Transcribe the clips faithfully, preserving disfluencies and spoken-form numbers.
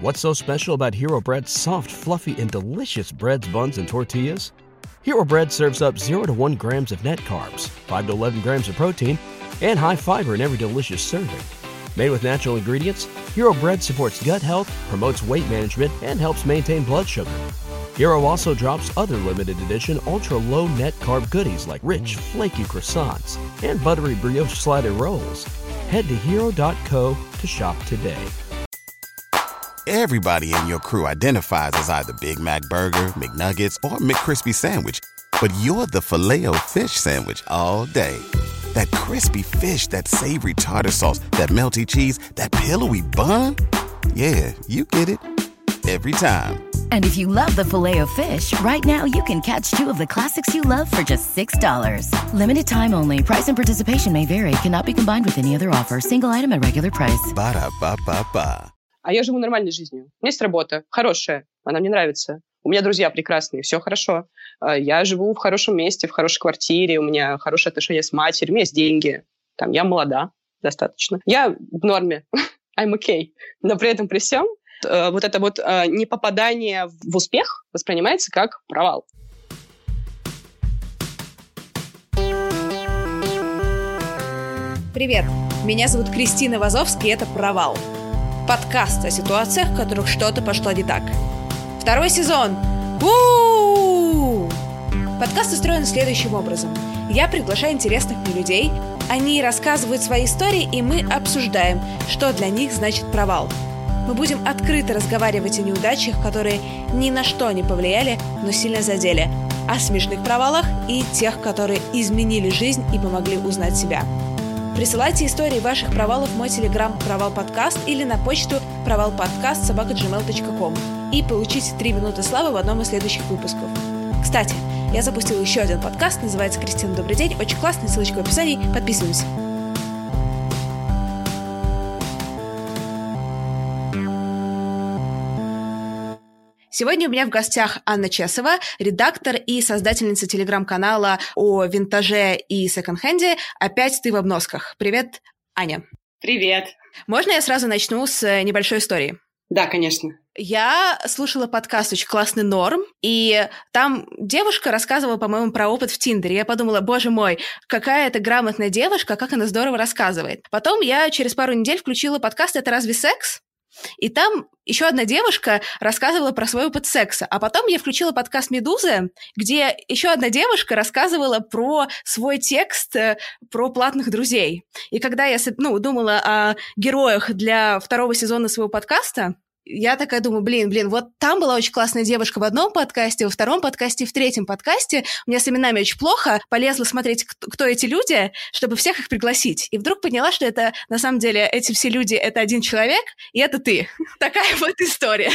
What's so special about Hero Bread's soft, fluffy, and delicious breads, buns, and tortillas? Hero Bread serves up zero to one grams of net carbs, five to eleven grams of protein, and high fiber in every delicious serving. Made with natural ingredients, Hero Bread supports gut health, promotes weight management, and helps maintain blood sugar. Hero also drops other limited edition ultra-low net carb goodies like rich, flaky croissants and buttery brioche slider rolls. Head to hero dot co to shop today. Everybody in your crew identifies as either Big Mac Burger, McNuggets, or McCrispy Sandwich. But you're the Filet-O-Fish Sandwich all day. That crispy fish, that savory tartar sauce, that melty cheese, that pillowy bun. Yeah, you get it. Every time. And if you love the Filet-O-Fish, right now you can catch two of the classics you love for just six dollars. Limited time only. Price and participation may vary. Cannot be combined with any other offer. Single item at regular price. Ba-da-ba-ba-ba. А я живу нормальной жизнью. У меня есть работа хорошая, она мне нравится. У меня друзья прекрасные, все хорошо. Я живу в хорошем месте, в хорошей квартире, у меня хорошие отношения с матерью, у меня есть деньги. Там, я молода достаточно. Я в норме, I'm okay. Но при этом при всем вот это вот непопадание в успех воспринимается как провал. Привет, меня зовут Кристина Вазовский, и это «Провал». Подкаст о ситуациях, в которых что-то пошло не так. Второй сезон! У-у-у! Подкаст устроен следующим образом. Я приглашаю интересных мне людей, они рассказывают свои истории, и мы обсуждаем, что для них значит провал. Мы будем открыто разговаривать о неудачах, которые ни на что не повлияли, но сильно задели, о смешных провалах и тех, которые изменили жизнь и помогли узнать себя. Присылайте истории ваших провалов в мой телеграм «Провал подкаст» или на почту провалподкаст собака джи мейл точка ком и получите три минуты славы в одном из следующих выпусков. Кстати, я запустила еще один подкаст, называется «Кристина, добрый день». Очень классный, ссылочка в описании. Подписываемся. Сегодня у меня в гостях Анна Чесова, редактор и создательница телеграм-канала о винтаже и секонд-хенде «Опять ты в обносках». Привет, Аня. Привет. Можно я сразу начну с небольшой истории? Да, конечно. Я слушала подкаст «Очень классный Норм», и там девушка рассказывала, по-моему, про опыт в Тиндере. Я подумала, боже мой, какая это грамотная девушка, как она здорово рассказывает. Потом я через пару недель включила подкаст «Это разве секс?», и там еще одна девушка рассказывала про свой опыт секса. А потом я включила подкаст «Медузы», где еще одна девушка рассказывала про свой текст про платных друзей. И когда я ну, думала о героях для второго сезона своего подкаста, я такая думаю, блин, блин, вот там была очень классная девушка в одном подкасте, во втором подкасте, в третьем подкасте. У меня с именами очень плохо. Полезла смотреть, кто, кто эти люди, чтобы всех их пригласить. И вдруг поняла, что это, на самом деле, эти все люди — это один человек, и это ты. Такая вот история.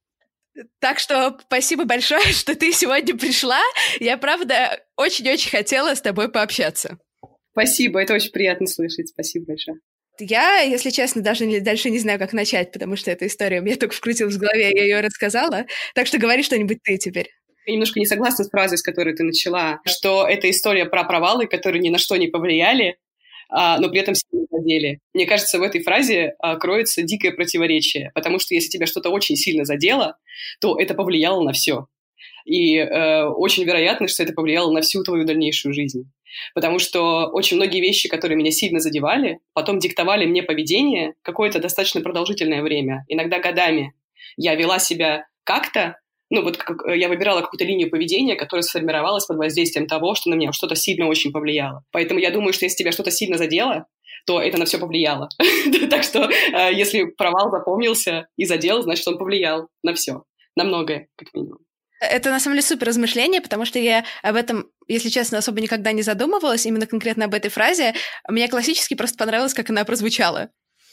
Так что спасибо большое, что ты сегодня пришла. Я, правда, очень-очень хотела с тобой пообщаться. Спасибо, это очень приятно слышать. Спасибо большое. Я, если честно, даже не, дальше не знаю, как начать, потому что эта история у меня только вкрутилась в голове, я ее рассказала. Так что говори что-нибудь ты теперь. Я немножко не согласна с фразой, с которой ты начала, что это история про провалы, которые ни на что не повлияли, но при этом сильно задели. Мне кажется, в этой фразе кроется дикое противоречие, потому что если тебя что-то очень сильно задело, то это повлияло на все. И э, очень вероятно, что это повлияло на всю твою дальнейшую жизнь. Потому что очень многие вещи, которые меня сильно задевали, потом диктовали мне поведение какое-то достаточно продолжительное время, иногда годами. Я вела себя как-то, ну вот как, я выбирала какую-то линию поведения, которая сформировалась под воздействием того, что на меня что-то сильно очень повлияло. Поэтому я думаю, что если тебя что-то сильно задело, то это на все повлияло. Так что если провал запомнился и задел, значит, он повлиял на все, на многое, как минимум. Это, на самом деле, супер размышление, потому что я об этом, если честно, особо никогда не задумывалась, именно конкретно об этой фразе. Мне классически просто понравилось, как она прозвучала.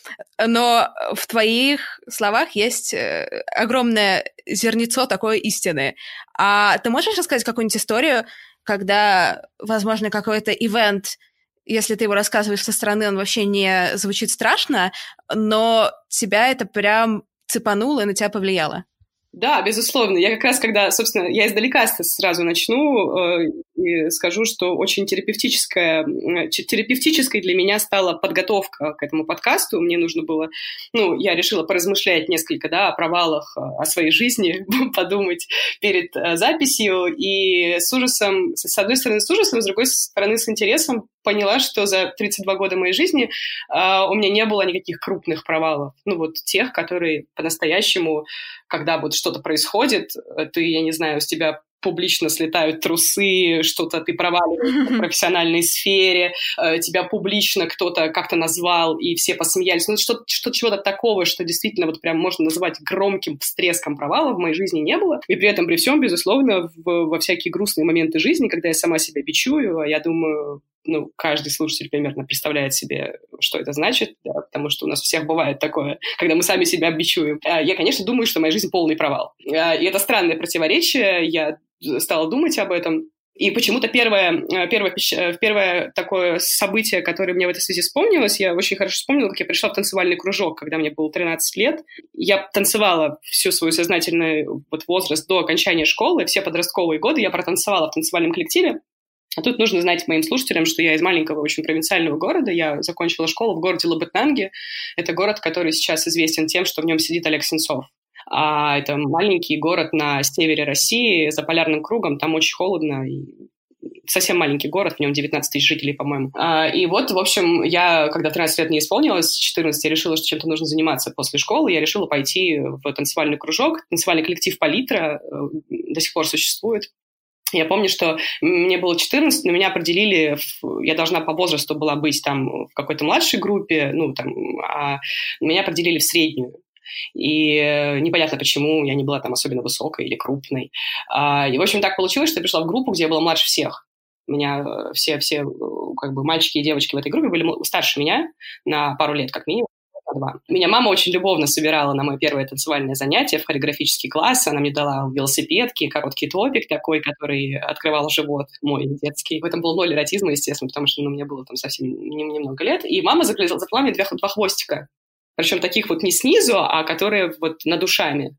Но в твоих словах есть огромное зернецо такой истины. А ты можешь рассказать какую-нибудь историю, когда, возможно, какой-то ивент, если ты его рассказываешь со стороны, он вообще не звучит страшно, но тебя это прям цепануло и на тебя повлияло? Да, безусловно. Я как раз, когда, собственно, я издалека сразу начну э, и скажу, что очень терапевтическая, терапевтической для меня стала подготовка к этому подкасту. Мне нужно было, ну, я решила поразмышлять несколько, да, о провалах, о своей жизни, подумать перед записью. И с ужасом, с одной стороны с ужасом, с другой стороны с интересом поняла, что за тридцать два года моей жизни э, у меня не было никаких крупных провалов. Ну, вот тех, которые по-настоящему, когда вот что-то происходит, ты, я не знаю, с тебя публично слетают трусы, что-то ты проваливаешься в профессиональной сфере, э, тебя публично кто-то как-то назвал, и все посмеялись. Ну, что-то, что-то чего-то такого, что действительно вот прям можно называть громким встреском провала в моей жизни не было. И при этом, при всем, безусловно, в, во всякие грустные моменты жизни, когда я сама себя бичую, я думаю, ну, каждый слушатель примерно представляет себе, что это значит, да, потому что у нас у всех бывает такое, когда мы сами себя бичуем. Я, конечно, думаю, что моя жизнь полный провал. И это странное противоречие, я стала думать об этом. И почему-то первое, первое, первое такое событие, которое мне в этой связи вспомнилось, я очень хорошо вспомнила, как я пришла в танцевальный кружок, когда мне было тринадцать лет. Я танцевала всю свою сознательный вот, возраст до окончания школы, все подростковые годы я протанцевала в танцевальном коллективе. А тут нужно знать моим слушателям, что я из маленького, очень провинциального города. Я закончила школу в городе Лабытнанги. Это город, который сейчас известен тем, что в нем сидит Олег Сенцов. А это маленький город на севере России, за полярным кругом. Там очень холодно. И совсем маленький город, в нем девятнадцать тысяч жителей, по-моему. И вот, в общем, я, когда тринадцать лет мне исполнилось, четырнадцать, я решила, что чем-то нужно заниматься после школы. Я решила пойти в танцевальный кружок. Танцевальный коллектив «Палитра» до сих пор существует. Я помню, что мне было четырнадцать, но меня определили, в, я должна по возрасту была быть там в какой-то младшей группе, ну, там, а меня определили в среднюю. И непонятно почему, я не была там особенно высокой или крупной. И, в общем, так получилось, что я пришла в группу, где я была младше всех. У меня все, все как бы мальчики и девочки в этой группе были старше меня на пару лет, как минимум. Два. Меня мама очень любовно собирала на мое первое танцевальное занятие в хореографический класс. Она мне дала велосипедки, короткий топик такой, который открывал живот мой детский. В этом был ноль эротизма, естественно, потому что ну, мне было там совсем немного лет. И мама заплела мне два, два хвостика. Причем таких вот не снизу, а которые вот над ушами.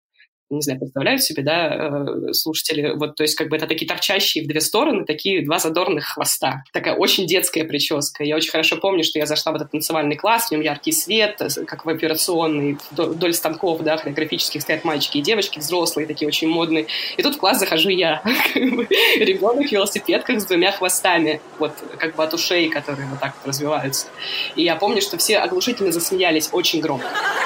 Не знаю, представляют себе, да, слушатели, вот, то есть как бы это такие торчащие в две стороны, такие два задорных хвоста. Такая очень детская прическа. Я очень хорошо помню, что я зашла в этот танцевальный класс, в нем яркий свет, как в операционной, вдоль станков, да, хореографических стоят мальчики и девочки, взрослые, такие очень модные. И тут в класс захожу я, ребенок в велосипедках с двумя хвостами, вот, как бы от ушей, которые вот так вот развиваются. И я помню, что все оглушительно засмеялись очень громко.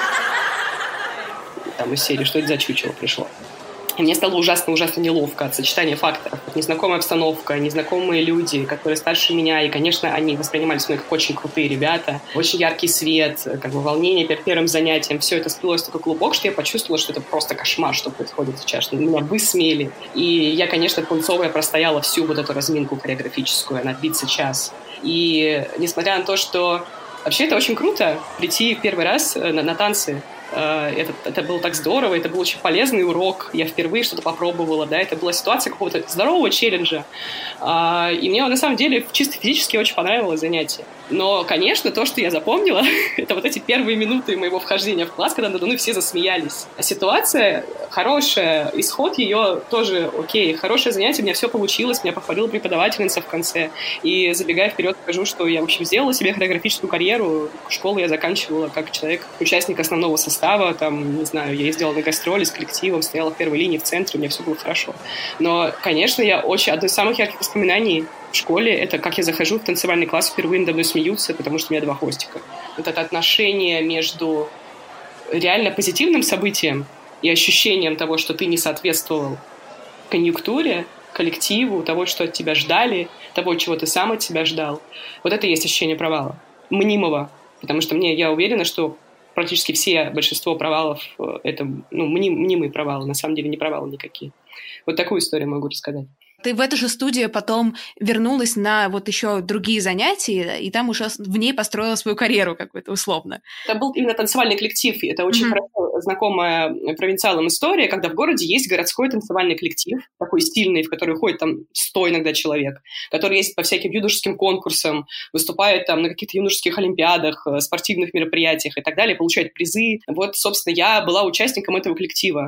Там из серии, что это за чучело пришло. И мне стало ужасно-ужасно неловко от сочетания факторов. Вот незнакомая обстановка, незнакомые люди, которые старше меня, и, конечно, они воспринимались мной как очень крутые ребята. Очень яркий свет, как бы волнение перед первым занятием. Все это сплылось в такой клубок, что я почувствовала, что это просто кошмар, что происходит сейчас, что меня высмеяли. И я, конечно, пунцовая простояла всю вот эту разминку хореографическую, она длится час. И несмотря на то, что вообще это очень круто прийти первый раз на, на танцы. Это, это было так здорово, это был очень полезный урок. Я впервые что-то попробовала, да, это была ситуация какого-то здорового челленджа. И мне на самом деле чисто физически очень понравилось занятие. Но, конечно, то, что я запомнила, это вот эти первые минуты моего вхождения в класс, когда надо мной все засмеялись. А ситуация хорошая, исход ее тоже окей. Хорошее занятие, у меня все получилось, меня похвалила преподавательница в конце. И забегая вперед, скажу, что я, в общем, сделала себе хореографическую карьеру. Школу я заканчивала как человек, участник основного состава. Там, не знаю, я ездила на гастроли с коллективом, стояла в первой линии в центре, у меня все было хорошо. Но, конечно, я очень... Одно из самых ярких воспоминаний в школе — это как я захожу в танцевальный класс, впервые надо мной смеются, потому что у меня два хвостика. Вот это отношение между реально позитивным событием и ощущением того, что ты не соответствовал конъюнктуре, коллективу, того, что от тебя ждали, того, чего ты сам от себя ждал. Вот это и есть ощущение провала. Мнимого. Потому что мне, я уверена, что практически все, большинство провалов — это ну, мним, мнимые провалы, на самом деле не провалы никакие. Вот такую историю могу рассказать. Ты в эту же студию потом вернулась на вот еще другие занятия, и там уже в ней построила свою карьеру какую-то условно. Это был именно танцевальный коллектив, и это очень mm-hmm. хорошо знакомая провинциалам история, когда в городе есть городской танцевальный коллектив, такой стильный, в который ходит там сто иногда человек, который ездит по всяким юношеским конкурсам, выступает там на каких-то юношеских олимпиадах, спортивных мероприятиях и так далее, получает призы. Вот, собственно, я была участником этого коллектива.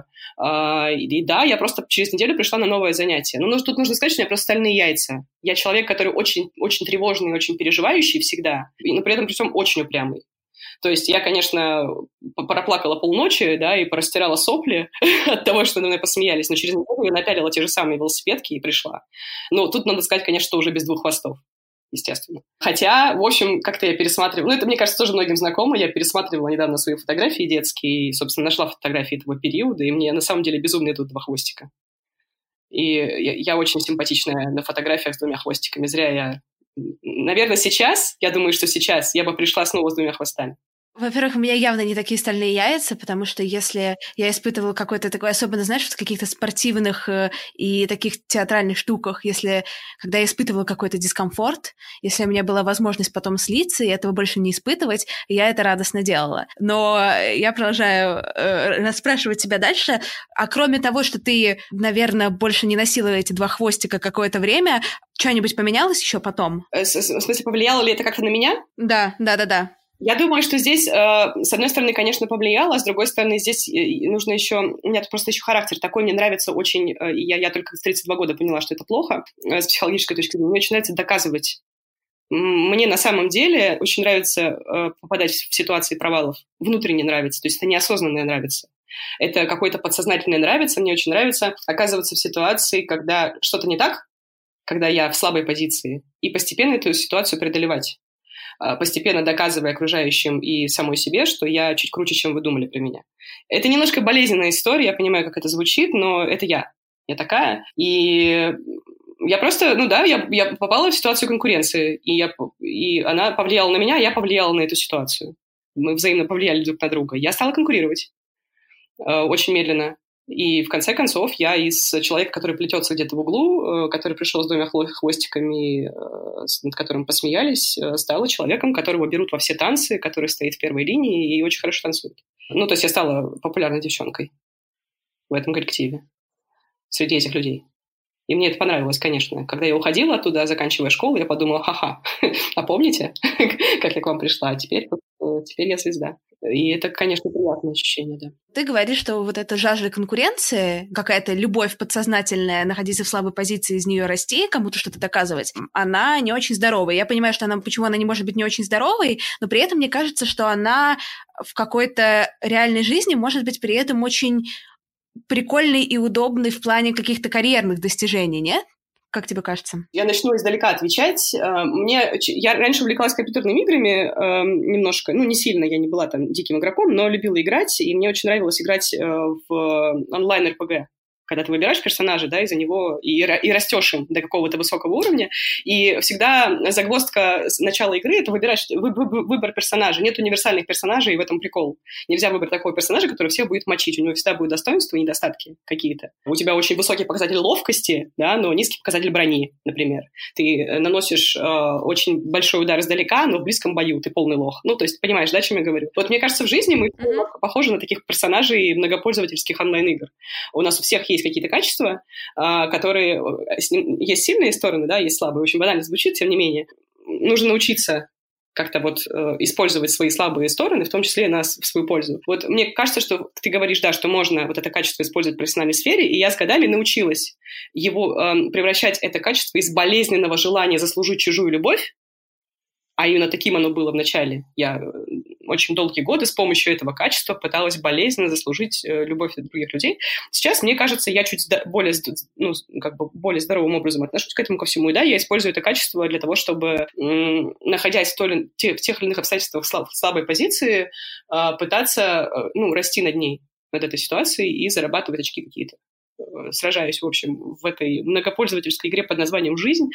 И да, я просто через неделю пришла на новое занятие. Но тут нужно сказать, что у меня просто стальные яйца. Я человек, который очень, очень тревожный, очень переживающий всегда, но при этом при всем очень упрямый. То есть я, конечно, проплакала полночи, да, и порастирала сопли от того, что на меня посмеялись, но через неделю я напялила те же самые велосипедки и пришла. Но тут надо сказать, конечно, что уже без двух хвостов, естественно. Хотя, в общем, как-то я пересматривала, ну, это, мне кажется, тоже многим знакомо, я пересматривала недавно свои фотографии детские, и, собственно, нашла фотографии этого периода, и мне на самом деле безумно идут два хвостика. И я, я очень симпатичная на фотографиях с двумя хвостиками. Зря я... Наверное, сейчас, я думаю, что сейчас я бы пришла снова с двумя хвостами. Во-первых, у меня явно не такие стальные яйца, потому что если я испытывала какой-то такой, особенно, знаешь, в каких-то спортивных э, и таких театральных штуках, если, когда я испытывала какой-то дискомфорт, если у меня была возможность потом слиться и этого больше не испытывать, я это радостно делала. Но я продолжаю э, расспрашивать тебя дальше, а кроме того, что ты, наверное, больше не носила эти два хвостика какое-то время, что-нибудь поменялось еще потом? В смысле, повлияло ли это как-то на меня? Да, да-да-да. Я думаю, что здесь, э, с одной стороны, конечно, повлияло, а с другой стороны, здесь нужно еще... У меня просто еще характер такой, мне нравится очень... Э, я, я только с тридцать два года поняла, что это плохо, э, с психологической точки зрения. Мне очень нравится доказывать. Мне на самом деле очень нравится э, попадать в ситуации провалов. Внутренне нравится, то есть это неосознанное нравится. Это какое-то подсознательное нравится. Мне очень нравится оказываться в ситуации, когда что-то не так, когда я в слабой позиции, и постепенно эту ситуацию преодолевать, постепенно доказывая окружающим и самой себе, что я чуть круче, чем вы думали про меня. Это немножко болезненная история, я понимаю, как это звучит, но это я. Я такая. И я просто, ну да, я, я попала в ситуацию конкуренции, и, я, и она повлияла на меня, я повлияла на эту ситуацию. Мы взаимно повлияли друг на друга. Я стала конкурировать очень медленно. И в конце концов я из человека, который плетется где-то в углу, который пришел с двумя хвостиками, над которым посмеялись, стала человеком, которого берут во все танцы, который стоит в первой линии и очень хорошо танцует. Ну, то есть я стала популярной девчонкой в этом коллективе, среди этих людей. И мне это понравилось, конечно. Когда я уходила оттуда, заканчивая школу, я подумала, ха-ха, а помните, как я к вам пришла? А теперь, теперь я звезда. И это, конечно, приятное ощущение, да. Ты говоришь, что вот эта жажда конкуренции, какая-то любовь подсознательная, находиться в слабой позиции, из нее расти, кому-то что-то доказывать, она не очень здоровая. Я понимаю, что она, почему она не может быть не очень здоровой, но при этом мне кажется, что она в какой-то реальной жизни может быть при этом очень прикольный и удобный в плане каких-то карьерных достижений, нет? Как тебе кажется? Я начну издалека отвечать. Мне, я раньше увлекалась компьютерными играми немножко, ну, не сильно, я не была там диким игроком, но любила играть, и мне очень нравилось играть в онлайн-эр пи джи. Когда ты выбираешь персонажа, да, из-за него и, и растешь им до какого-то высокого уровня, и всегда загвоздка начала игры — это выбирать вы, вы, выбор персонажа. Нет универсальных персонажей, и в этом прикол. Нельзя выбрать такого персонажа, который всех будет мочить. У него всегда будут достоинства и недостатки какие-то. У тебя очень высокий показатель ловкости, да, но низкий показатель брони, например. Ты наносишь э, очень большой удар издалека, но в близком бою ты полный лох. Ну, то есть, понимаешь, да, о чем я говорю? Вот мне кажется, в жизни мы mm-hmm. похожи на таких персонажей многопользовательских онлайн-игр. У нас у всех есть есть какие-то качества, которые... Есть сильные стороны, да, есть слабые. Очень банально звучит, тем не менее. Нужно научиться как-то вот использовать свои слабые стороны, в том числе и нас в свою пользу. Вот мне кажется, что ты говоришь, да, что можно вот это качество использовать в профессиональной сфере, и я с годами научилась его превращать это качество из болезненного желания заслужить чужую любовь, а именно таким оно было в начале. Я очень долгие годы с помощью этого качества пыталась болезненно заслужить любовь других людей. Сейчас, мне кажется, я чуть более, ну, как бы более здоровым образом отношусь к этому ко всему. И да, я использую это качество для того, чтобы, находясь в, в тех или иных обстоятельствах в слабой позиции, пытаться, ну, расти над ней, над этой ситуацией и зарабатывать очки какие-то. Сражаюсь, в общем, в этой многопользовательской игре под названием «Жизнь»,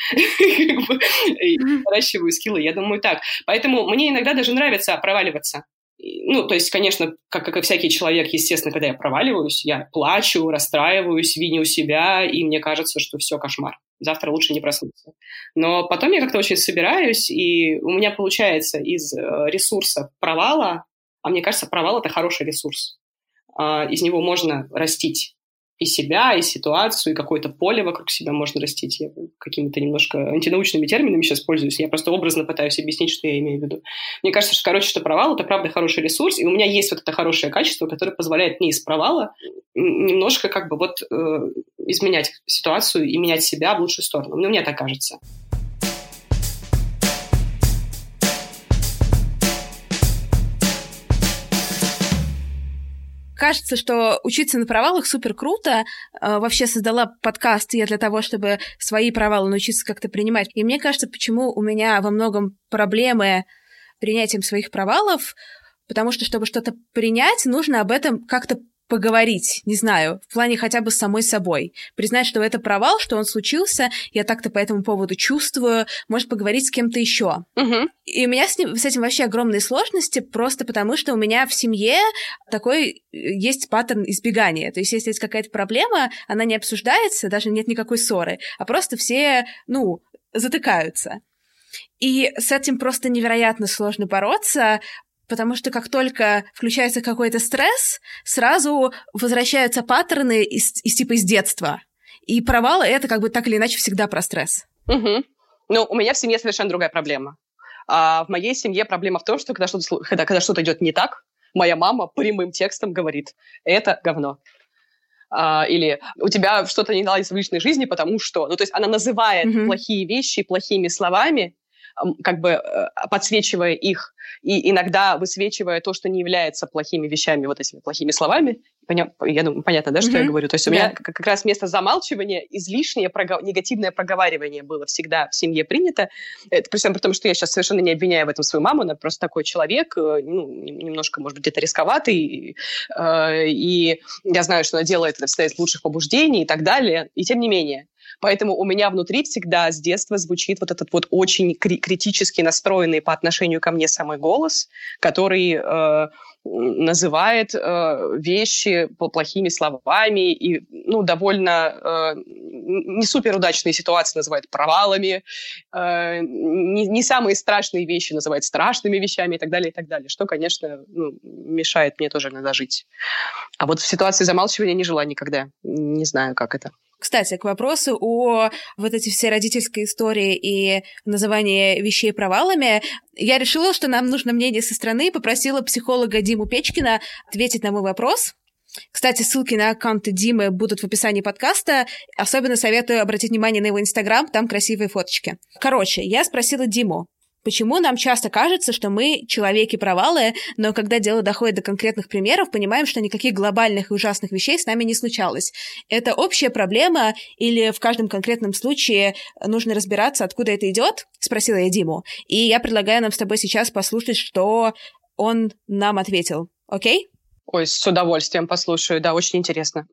и наращиваю скиллы, я думаю, так. Поэтому мне иногда даже нравится проваливаться. Ну, то есть, конечно, как, как и всякий человек, естественно, когда я проваливаюсь, я плачу, расстраиваюсь, виню себя, и мне кажется, что все, кошмар. Завтра лучше не проснуться. Но потом я как-то очень собираюсь, и у меня получается из ресурса провала, а мне кажется, провал — это хороший ресурс, из него можно растить и себя, и ситуацию, и какое-то поле вокруг себя можно растить. Я какими-то немножко антинаучными терминами сейчас пользуюсь. Я просто образно пытаюсь объяснить, что я имею в виду. Мне кажется, что, короче, что провал – это, правда, хороший ресурс, и у меня есть вот это хорошее качество, которое позволяет мне из провала немножко как бы вот э, изменять ситуацию и менять себя в лучшую сторону. Ну, мне так кажется. Кажется, что учиться на провалах супер круто. Вообще создала подкаст я для того, чтобы свои провалы научиться как-то принимать. И мне кажется, почему у меня во многом проблемы принятием своих провалов, потому что, чтобы что-то принять, нужно об этом как-то поговорить, не знаю, в плане хотя бы с самой собой. Признать, что это провал, что он случился, я так-то по этому поводу чувствую, может поговорить с кем-то еще. Угу. И у меня с, ним, с этим вообще огромные сложности, просто потому что у меня в семье такой есть паттерн избегания. То есть если есть какая-то проблема, она не обсуждается, даже нет никакой ссоры, а просто все, ну, затыкаются. И с этим просто невероятно сложно бороться, потому что как только включается какой-то стресс, сразу возвращаются паттерны из, из типа из детства. И провалы — это как бы так или иначе всегда про стресс. Угу. Ну, у меня в семье совершенно другая проблема. А в моей семье проблема в том, что когда что-то, когда, когда что-то идет не так, моя мама прямым текстом говорит: это говно. А, или у тебя что-то не наладится в личной жизни, потому что... Ну, то есть она называет угу. плохие вещи плохими словами, как бы подсвечивая их, и иногда высвечивая то, что не является плохими вещами, вот этими плохими словами. Поня- я думаю, понятно, да, что mm-hmm. я говорю? То есть у yeah. меня как раз вместо замалчивания излишнее прого- негативное проговаривание было всегда в семье принято. Это при всем при том, что я сейчас совершенно не обвиняю в этом свою маму, она просто такой человек, ну, немножко, может быть, где-то рисковатый, э- и я знаю, что она делает это всегда из лучших побуждений и так далее, и тем не менее. Поэтому у меня внутри всегда с детства звучит вот этот вот очень кри- критически настроенный по отношению ко мне самой голос, который э, называет э, вещи плохими словами и, ну, довольно э, не суперудачные ситуации называет провалами, э, не, не самые страшные вещи называет страшными вещами и так далее, и так далее, что, конечно, ну, мешает мне тоже иногда жить. А вот в ситуации замалчивания не жила никогда. Не знаю, как это. Кстати, к вопросу о вот эти все родительской истории и назывании вещей провалами, я решила, что нам нужно мнение со стороны, и попросила психолога Диму Печкина ответить на мой вопрос. Кстати, ссылки на аккаунты Димы будут в описании подкаста. Особенно советую обратить внимание на его Инстаграм, там красивые фоточки. Короче, я спросила Диму, почему нам часто кажется, что мы человеки-провалы, но когда дело доходит до конкретных примеров, понимаем, что никаких глобальных и ужасных вещей с нами не случалось. Это общая проблема или в каждом конкретном случае нужно разбираться, откуда это идет? Спросила я Диму. И я предлагаю нам с тобой сейчас послушать, что он нам ответил. Окей? Ой, с удовольствием послушаю. Да, очень интересно.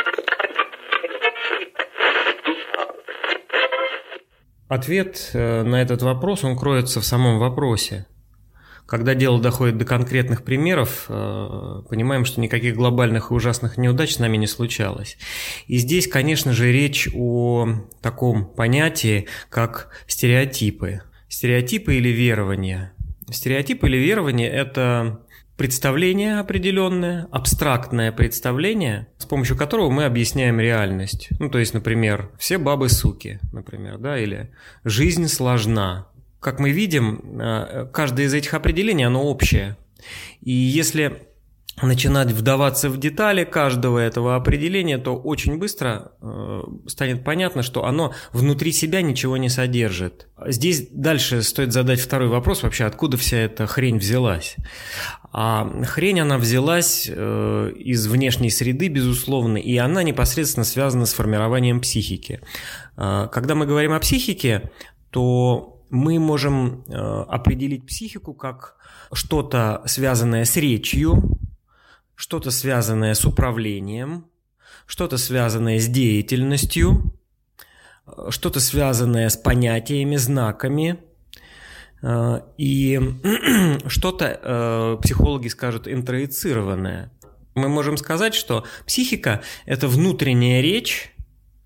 Ответ на этот вопрос, он кроется в самом вопросе. Когда дело доходит до конкретных примеров, понимаем, что никаких глобальных и ужасных неудач с нами не случалось. И здесь, конечно же, речь о таком понятии, как стереотипы. Стереотипы или верования. Стереотипы или верования – это представление определенное, абстрактное представление, с помощью которого мы объясняем реальность. Ну, то есть, например, все бабы суки, например, да, или жизнь сложна. Как мы видим, каждое из этих определений, оно общее. И если начинать вдаваться в детали каждого этого определения, то очень быстро э, станет понятно, что оно внутри себя ничего не содержит. Здесь дальше стоит задать второй вопрос вообще, откуда вся эта хрень взялась. А хрень, она взялась э, из внешней среды, безусловно, и она непосредственно связана с формированием психики. Э, когда мы говорим о психике, то мы можем э, определить психику как что-то, связанное с речью, что-то связанное с управлением, что-то связанное с деятельностью, что-то связанное с понятиями, знаками, и что-то, психологи скажут, интроицированное. Мы можем сказать, что психика – это внутренняя речь,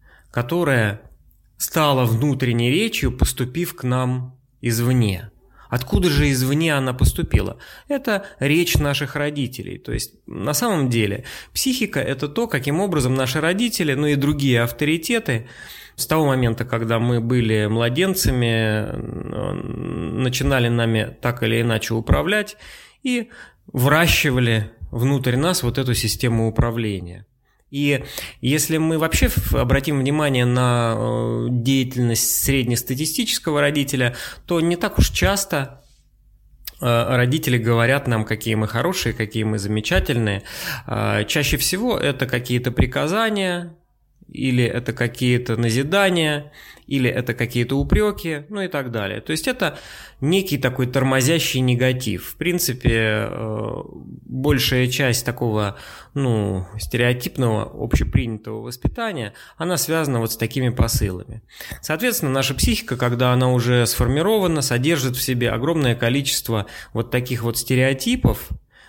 которая стала внутренней речью, поступив к нам извне. Откуда же извне она поступила? Это речь наших родителей. То есть, на самом деле, психика – это то, каким образом наши родители, ну и другие авторитеты, с того момента, когда мы были младенцами, начинали нами так или иначе управлять и выращивали внутрь нас вот эту систему управления. И если мы вообще обратим внимание на деятельность среднестатистического родителя, то не так уж часто родители говорят нам, какие мы хорошие, какие мы замечательные. Чаще всего это какие-то приказания, или это какие-то назидания, или это какие-то упреки, ну и так далее. То есть это некий такой тормозящий негатив. В принципе, большая часть такого, ну, стереотипного, общепринятого воспитания, она связана вот с такими посылами. Соответственно, наша психика, когда она уже сформирована, содержит в себе огромное количество вот таких вот стереотипов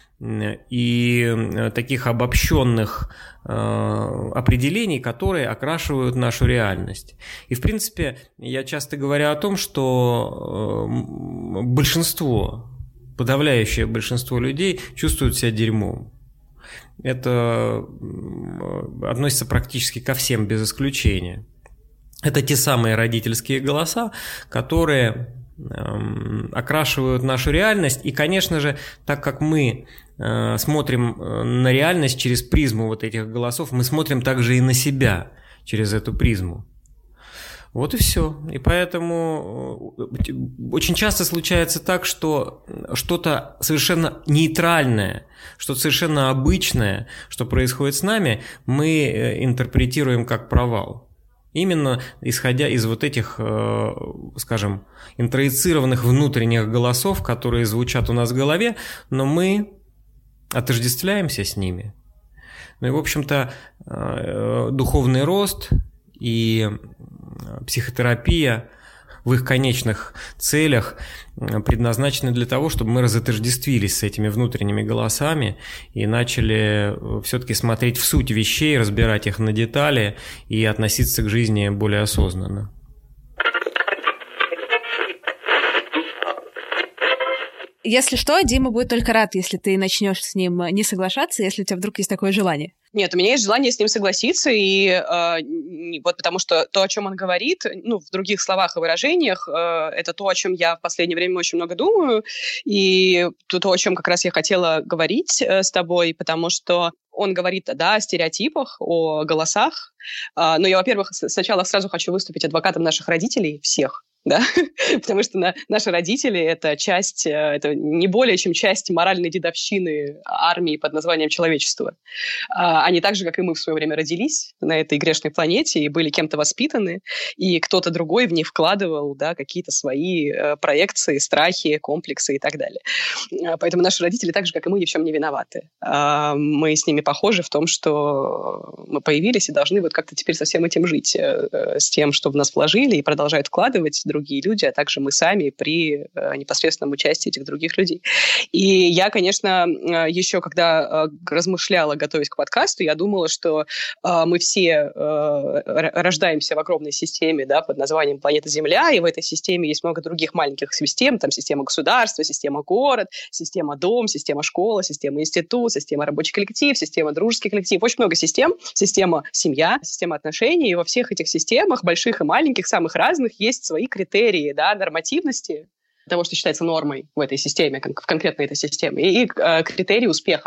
и таких обобщенных определений, которые окрашивают нашу реальность. И, в принципе, я часто говорю о том, что большинство, подавляющее большинство людей чувствуют себя дерьмом. Это относится практически ко всем без исключения. Это те самые родительские голоса, которые окрашивают нашу реальность. И, конечно же, так как мы смотрим на реальность через призму вот этих голосов, мы смотрим также и на себя через эту призму. Вот и все. И поэтому очень часто случается так, что что-то совершенно нейтральное, что-то совершенно обычное, что происходит с нами, мы интерпретируем как провал. Именно исходя из вот этих, скажем, интроицированных внутренних голосов, которые звучат у нас в голове, но мы отождествляемся с ними. Ну и, в общем-то, духовный рост и психотерапия в их конечных целях предназначены для того, чтобы мы разотождествились с этими внутренними голосами и начали все-таки смотреть в суть вещей, разбирать их на детали и относиться к жизни более осознанно. Если что, Дима будет только рад, если ты начнешь с ним не соглашаться, если у тебя вдруг есть такое желание. Нет, у меня есть желание с ним согласиться, и э, вот потому что то, о чем он говорит, ну, в других словах и выражениях, э, это то, о чем я в последнее время очень много думаю, и то, то о чем как раз я хотела говорить э, с тобой, потому что он говорит, да, о стереотипах, о голосах, э, но я, во-первых, сначала сразу хочу выступить адвокатом наших родителей, всех, да, потому что на, наши родители — это часть, это не более чем часть моральной дедовщины армии под названием человечество. Они так же, как и мы в свое время родились на этой грешной планете и были кем-то воспитаны, и кто-то другой в них вкладывал, да, какие-то свои проекции, страхи, комплексы и так далее. Поэтому наши родители так же, как и мы, ни в чем не виноваты. Мы с ними похожи в том, что мы появились и должны вот как-то теперь со всем этим жить, с тем, что в нас вложили и продолжают вкладывать другие люди, а также мы сами при э, непосредственном участии этих других людей. И я, конечно, э, еще когда э, размышляла, готовясь к подкасту, я думала, что э, мы все э, рождаемся в огромной системе, да, под названием планета Земля, и в этой системе есть много других маленьких систем, там система государства, система город, система дом, система школа, система институт, система рабочий коллектив, система дружеский коллектив, очень много систем, система семья, система отношений, и во всех этих системах, больших и маленьких, самых разных, есть свои критерии, критерии, да, нормативности того, что считается нормой в этой системе, в конкретной этой системе, и э, критерии успеха.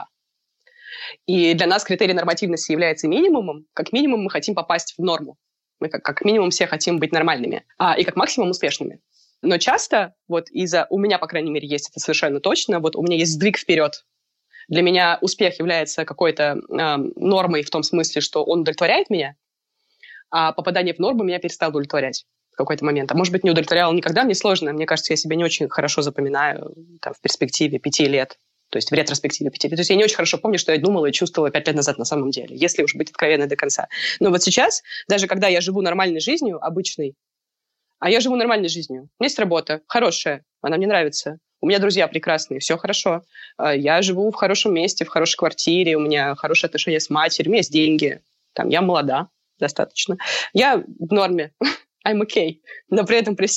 И для нас критерий нормативности является минимумом. Как минимум мы хотим попасть в норму. Мы как, как минимум все хотим быть нормальными, а, и как максимум успешными. Но часто, вот из-за, у меня, по крайней мере, есть это совершенно точно, вот у меня есть сдвиг вперед. Для меня успех является какой-то э, нормой в том смысле, что он удовлетворяет меня, а попадание в норму меня перестало удовлетворять в какой-то момент. А может быть, не удовлетворяла никогда, мне сложно. Мне кажется, я себя не очень хорошо запоминаю там, в перспективе пяти лет. То есть в ретроспективе пяти лет. То есть я не очень хорошо помню, что я думала и чувствовала пять лет назад на самом деле, если уж быть откровенной до конца. Но вот сейчас, даже когда я живу нормальной жизнью, обычной, а я живу нормальной жизнью. У меня есть работа, хорошая, она мне нравится. У меня друзья прекрасные, все хорошо. Я живу в хорошем месте, в хорошей квартире, у меня хорошие отношения с матерью, у меня есть деньги. Там, я молода достаточно. Я в норме. I'm okay. Но при этом, при всем,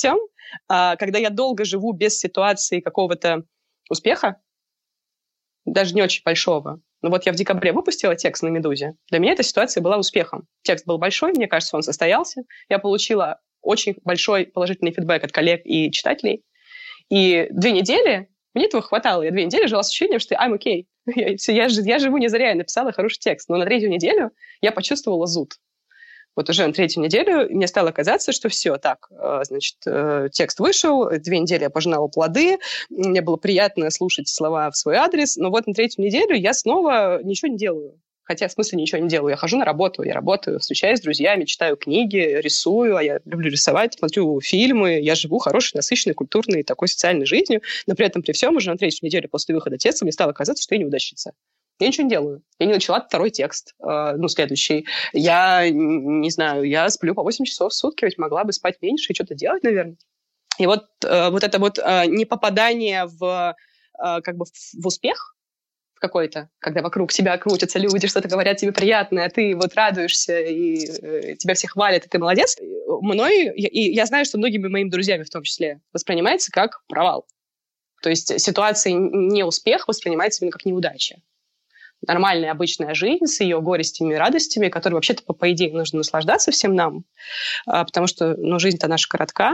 А, когда я долго живу без ситуации какого-то успеха, даже не очень большого. Но вот я в декабре выпустила текст на «Медузе». Для меня эта ситуация была успехом. Текст был большой, мне кажется, он состоялся. Я получила очень большой положительный фидбэк от коллег и читателей. И две недели, мне этого хватало. Я две недели жила с ощущением, что I'm okay. Я, я, я живу не зря, я написала хороший текст. Но на третью неделю я почувствовала зуд. Вот уже на третью неделю мне стало казаться, что все, так, значит, текст вышел, две недели я пожинала плоды, мне было приятно слушать слова в свой адрес, но вот на третью неделю я снова ничего не делаю. Хотя, в смысле, ничего не делаю. Я хожу на работу, я работаю, встречаюсь с друзьями, читаю книги, рисую, а я люблю рисовать, смотрю фильмы, я живу хорошей, насыщенной, культурной, такой социальной жизнью, но при этом, при всем, уже на третью неделю после выхода текста мне стало казаться, что я неудачница. Я ничего не делаю. Я не начала второй текст, э, ну, следующий. Я, не знаю, я сплю по восемь часов в сутки, ведь могла бы спать меньше и что-то делать, наверное. И вот, э, вот это вот э, непопадание в, э, как бы в успех какой-то, когда вокруг тебя крутятся люди, что-то говорят тебе приятное, а ты вот радуешься, и э, тебя все хвалят, и ты молодец. Мной, и я знаю, что многими моими друзьями в том числе воспринимается как провал. То есть ситуация неуспех воспринимается именно как неудача. Нормальная, обычная жизнь с ее горестями и радостями, которой вообще-то, по, по идее, нужно наслаждаться всем нам, а, потому что ну, жизнь-то наша коротка.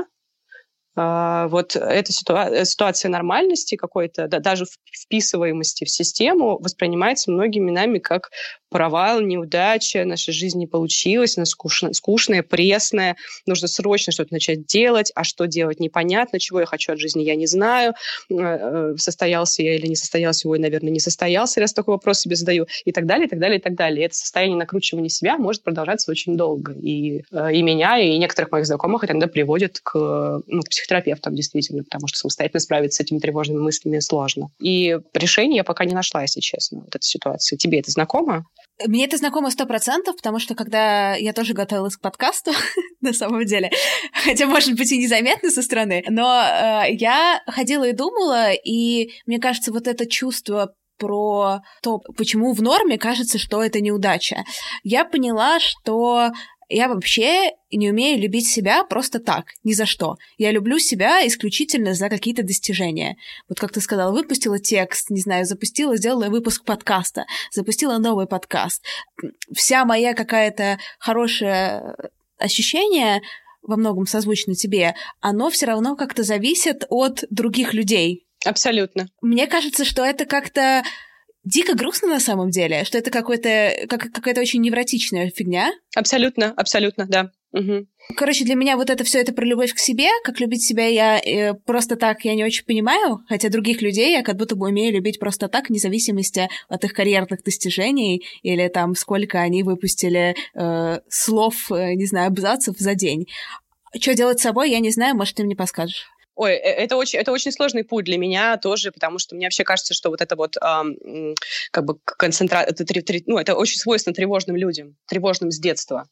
А, вот эта ситуа- ситуация нормальности какой-то, да, даже вписываемости в систему воспринимается многими нами как провал, неудача, наша жизнь не получилась, она скучная, скучная, пресная, нужно срочно что-то начать делать, а что делать непонятно, чего я хочу от жизни, я не знаю, состоялся я или не состоялся, ой, наверное, не состоялся, раз такой вопрос себе задаю, и так далее, и так далее, и так далее. И это состояние накручивания себя может продолжаться очень долго. И, и меня, и некоторых моих знакомых это иногда приводит к, ну, к психотерапевтам, действительно, потому что самостоятельно справиться с этими тревожными мыслями сложно. И решения я пока не нашла, если честно, вот этой ситуации. Тебе это знакомо? Мне это знакомо сто процентов, потому что когда я тоже готовилась к подкасту, на самом деле, хотя, может быть, и незаметно со стороны, но э, я ходила и думала, и мне кажется, вот это чувство про то, почему в норме кажется, что это неудача, я поняла, что я вообще не умею любить себя просто так, ни за что. Я люблю себя исключительно за какие-то достижения. Вот как ты сказала, выпустила текст, не знаю, запустила, сделала выпуск подкаста, запустила новый подкаст. Вся моя какая-то хорошее ощущение, во многом созвучно тебе, оно все равно как-то зависит от других людей. Абсолютно. Мне кажется, что это как-то дико грустно на самом деле, что это какой-то, как, какая-то очень невротичная фигня. Абсолютно, абсолютно, да. Угу. Короче, для меня вот это все это про любовь к себе, как любить себя я э, просто так я не очень понимаю, хотя других людей я как будто бы умею любить просто так, вне зависимости от их карьерных достижений или там сколько они выпустили э, слов, э, не знаю, абзацев за день. Что делать с собой, я не знаю, может, ты мне подскажешь. Ой, это очень, это очень сложный путь для меня тоже, потому что мне вообще кажется, что вот это вот эм, как бы концентрация, это, ну, это очень свойственно тревожным людям, тревожным с детства.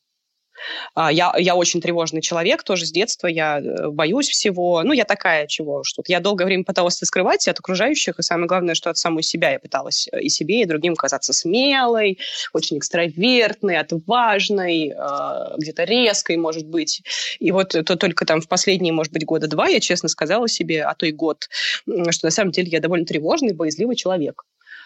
Я, я очень тревожный человек, тоже с детства, я боюсь всего. Ну, я такая, чего, что-то. Я долгое время пыталась это скрывать от окружающих, и самое главное, что от самой себя я пыталась и себе, и другим казаться смелой, очень экстравертной, отважной, где-то резкой, может быть. И вот то только там в последние, может быть, года два я честно сказала себе, а то и год, что на самом деле я довольно тревожный, боязливый человек,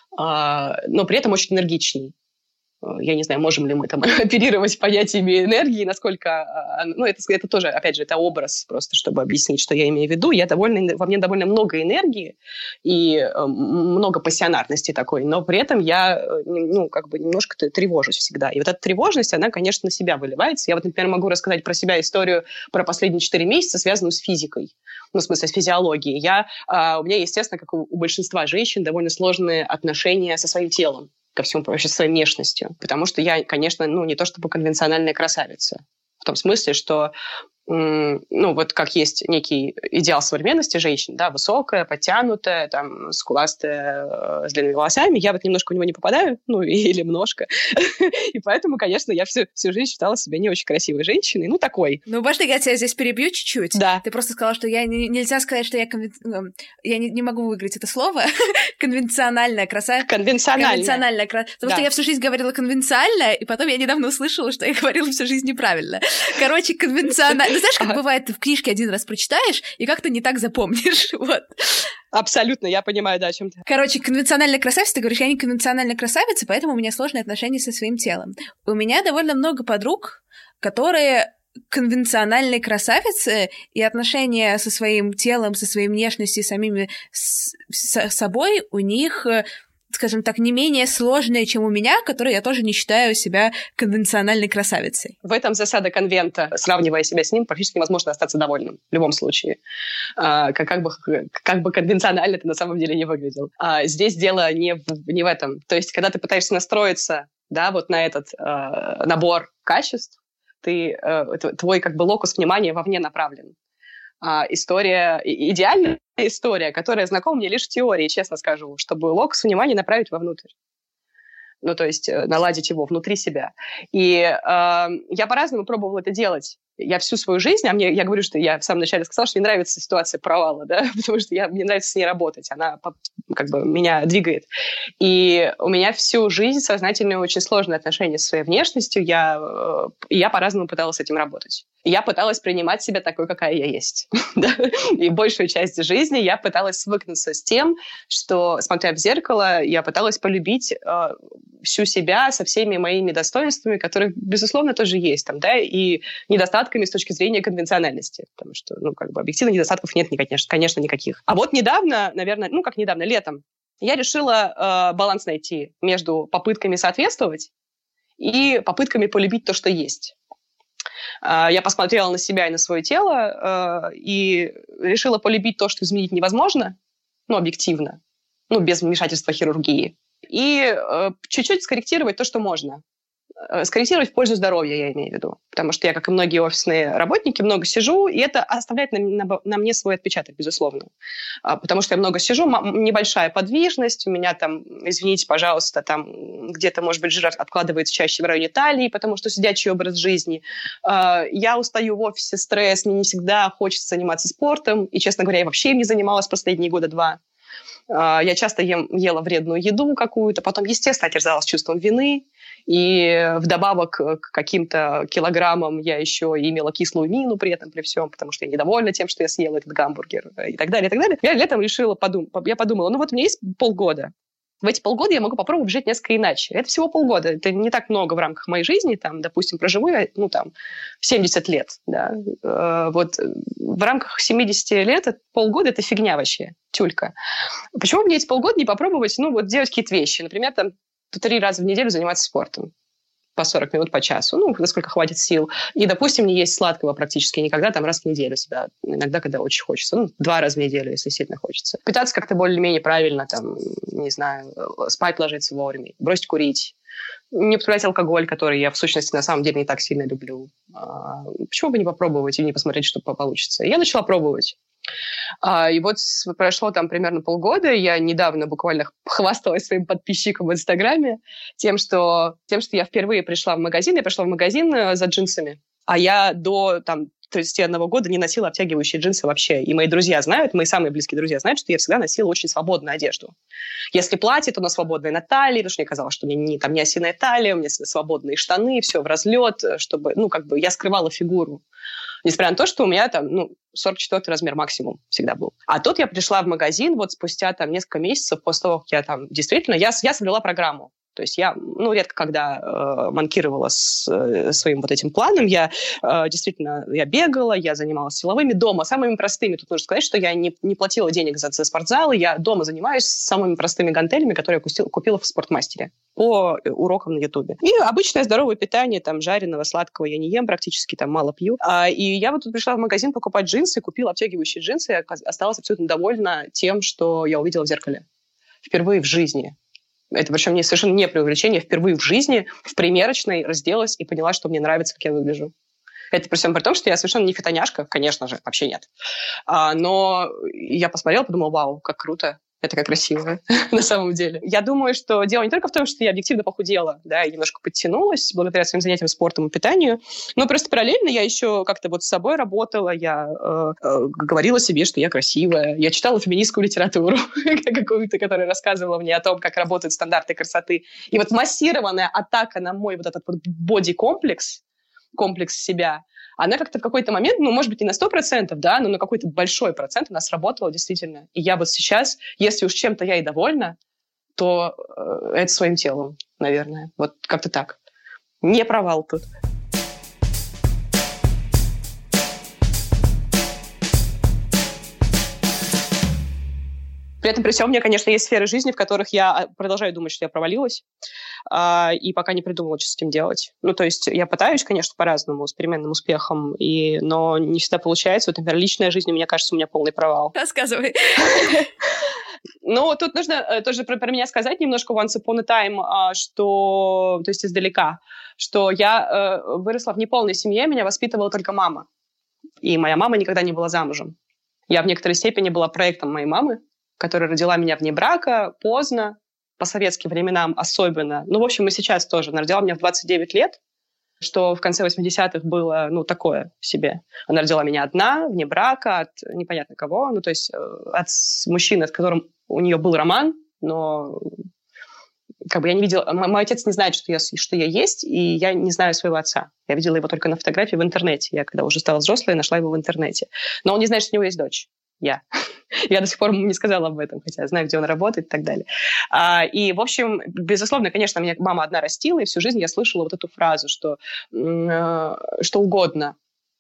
но при этом очень энергичный. Я не знаю, можем ли мы там оперировать понятиями энергии, насколько... Ну, это, это тоже, опять же, это образ, просто чтобы объяснить, что я имею в виду. Я довольно, во мне довольно много энергии и много пассионарности такой, но при этом я, ну, как бы немножко тревожусь всегда. И вот эта тревожность, она, конечно, на себя выливается. Я вот, например, могу рассказать про себя историю про последние четыре месяца, связанную с физикой. Ну, в смысле, с физиологией. Я, у меня, естественно, как у большинства женщин, довольно сложные отношения со своим телом. Ко всему вообще своей внешностью. Потому что я, конечно, ну, не то чтобы конвенциональная красавица. В том смысле, что ну, вот как есть некий идеал современности женщин, да, высокая, подтянутая, там, скуластая, с длинными волосами. Я вот немножко в него не попадаю, ну, или немножко. И поэтому, конечно, я всю, всю жизнь считала себя не очень красивой женщиной. Ну, такой. Ну, можно я тебя здесь перебью чуть-чуть? Да. Ты просто сказала, что я не, нельзя сказать, что я... Конвен... Я не, не могу выиграть это слово. Конвенциональная красавица. Конвенциональная. Конвенциональная красавица. Потому да. что я всю жизнь говорила конвенциально, и потом я недавно услышала, что я говорила всю жизнь неправильно. Короче, конвенциональная... знаешь, как бывает, ты в книжке один раз прочитаешь и как-то не так запомнишь, вот. Абсолютно, я понимаю, да, о чем ты. Короче, конвенциональная красавица, ты говоришь, я не конвенциональная красавица, поэтому у меня сложные отношения со своим телом. У меня довольно много подруг, которые конвенциональные красавицы, и отношения со своим телом, со своей внешностью, самими с, с собой у них, скажем так, не менее сложные, чем у меня, которой я тоже не считаю себя конвенциональной красавицей. В этом засада конвента. Сравнивая себя с ним, практически невозможно остаться довольным в любом случае. А, как, как, бы, как бы конвенционально ты на самом деле не выглядел. А здесь дело не в, не в этом. То есть, когда ты пытаешься настроиться, да, вот на этот э, набор качеств, ты, э, твой как бы локус внимания вовне направлен. А, история, идеальная история, которая знакома мне лишь в теории, честно скажу, чтобы локус внимания направить вовнутрь. Ну, то есть наладить его внутри себя. И э, я по-разному пробовала это делать. Я всю свою жизнь, а мне, я говорю, что я в самом начале сказала, что мне нравится ситуация провала, да, потому что я, мне нравится с ней работать, она как бы меня двигает. И у меня всю жизнь сознательные очень сложные отношения со своей внешностью, я, я по-разному пыталась с этим работать. Я пыталась принимать себя такой, какая я есть. И большую часть жизни я пыталась свыкнуться с тем, что, смотря в зеркало, я пыталась полюбить э, всю себя со всеми моими достоинствами, которые, безусловно, тоже есть, там, да, и недостатками с точки зрения конвенциональности, потому что, ну, как бы объективно недостатков нет, конечно, конечно, никаких. А вот недавно, наверное, ну, как недавно, летом, я решила э, баланс найти между попытками соответствовать и попытками полюбить то, что есть. Я посмотрела на себя и на свое тело и решила полюбить то, что изменить невозможно, ну, объективно, ну, без вмешательства хирургии, и чуть-чуть скорректировать то, что можно. Скорректировать в пользу здоровья, я имею в виду. Потому что я, как и многие офисные работники, много сижу, и это оставляет на, на, на мне свой отпечаток, безусловно. Потому что я много сижу, небольшая подвижность, у меня там, извините, пожалуйста, там где-то, может быть, жир откладывается чаще в районе талии, потому что сидячий образ жизни. Я устаю в офисе, стресс, мне не всегда хочется заниматься спортом, и, честно говоря, я вообще им не занималась последние года два. Я часто ем, ела вредную еду какую-то, потом, естественно, терзалась чувством вины, и вдобавок к каким-то килограммам я еще имела кислую мину при этом, при всем, потому что я недовольна тем, что я съела этот гамбургер и так далее, и так далее. Я летом решила подумать, я подумала, ну вот у меня есть полгода. В эти полгода я могу попробовать жить несколько иначе. Это всего полгода. Это не так много в рамках моей жизни. Там, допустим, проживу я, ну, там, семьдесят лет. Да. Вот в рамках семьдесят лет полгода – это фигня вообще, тюлька. Почему мне эти полгода не попробовать, ну, вот делать какие-то вещи? Например, там, три раза в неделю заниматься спортом. По сорок минут, по часу, ну, насколько хватит сил. И, допустим, не есть сладкого практически никогда, там, раз в неделю себя, иногда, когда очень хочется, ну, два раза в неделю, если сильно хочется. Питаться как-то более-менее правильно, там, не знаю, спать ложиться вовремя, бросить курить, не употреблять алкоголь, который я, в сущности, на самом деле не так сильно люблю. А, почему бы не попробовать и не посмотреть, что получится? Я начала пробовать. А, и вот прошло там примерно полгода, я недавно буквально хвасталась своим подписчикам в Инстаграме тем, что, тем, что я впервые пришла в магазин, я пришла в магазин за джинсами, а я до там, тридцати одного года не носила обтягивающие джинсы вообще. И мои друзья знают, мои самые близкие друзья знают, что я всегда носила очень свободную одежду. Если платье, то на свободной на талии, потому что мне казалось, что у меня не, там не осиная талия, у меня свободные штаны, все в разлет, чтобы, ну, как бы я скрывала фигуру. Несмотря на то, что у меня там, ну, сорок четвёртый размер максимум всегда был. А тут я пришла в магазин вот спустя там несколько месяцев после того, как я там действительно, я, я соблюла программу. То есть я, ну, редко когда э, манкировала с э, своим вот этим планом, я э, действительно, я бегала, я занималась силовыми дома, самыми простыми. Тут нужно сказать, что я не, не платила денег за, за спортзалы, я дома занимаюсь самыми простыми гантелями, которые я купила, купила в спортмастере по урокам на Ютубе. И обычное здоровое питание, там, жареного, сладкого я не ем практически, там, мало пью. А, и я вот тут пришла в магазин покупать джинсы, купила обтягивающие джинсы, и осталась абсолютно довольна тем, что я увидела в зеркале. Впервые в жизни. Это причем не, совершенно не преувеличение. Впервые в жизни в примерочной разделась и поняла, что мне нравится, как я выгляжу. Это при всем при том, что я совершенно не фитоняшка, конечно же, вообще нет. А, но я посмотрела, подумала, вау, как круто. Это как красиво, на самом деле. Я думаю, что дело не только в том, что я объективно похудела, да, и немножко подтянулась благодаря своим занятиям спортом и питанию, но просто параллельно я еще как-то вот с собой работала, я э, э, говорила себе, что я красивая, я читала феминистскую литературу какую-то, которая рассказывала мне о том, как работают стандарты красоты. И вот массированная атака на мой вот этот вот боди-комплекс, комплекс себя, она как-то в какой-то момент, ну, может быть, не на сто процентов, да, но на какой-то большой процент она сработала действительно. И я вот сейчас, если уж чем-то я и довольна, то э, это своим телом, наверное. Вот как-то так. Не провал тут. При этом, при всем, у меня, конечно, есть сферы жизни, в которых я продолжаю думать, что я провалилась, э, и пока не придумала, что с этим делать. Ну, то есть я пытаюсь, конечно, по-разному, с переменным успехом, и, но не всегда получается. Вот, например, личная жизнь, мне кажется, у меня полный провал. Рассказывай. Ну, тут нужно тоже про, про меня сказать немножко once upon a time, что, то есть издалека, что я э, выросла в неполной семье, меня воспитывала только мама. И моя мама никогда не была замужем. Я в некоторой степени была проектом моей мамы, которая родила меня вне брака, поздно, по советским временам особенно. Ну, в общем, и сейчас тоже. Она родила меня в двадцать девять лет, что в конце восьмидесятых было, ну, такое себе. Она родила меня одна, вне брака, от непонятно кого, ну, то есть от мужчины, с которым у нее был роман, но как бы я не видела... Мой отец не знает, что я, что я есть, и я не знаю своего отца. Я видела его только на фотографии в интернете. Я, когда уже стала взрослой, нашла его в интернете. Но он не знает, что у него есть дочь. Я. Я до сих пор ему не сказала об этом, хотя знаю, где он работает и так далее. А, и, в общем, безусловно, конечно, меня мама одна растила, и всю жизнь я слышала вот эту фразу, что э, что угодно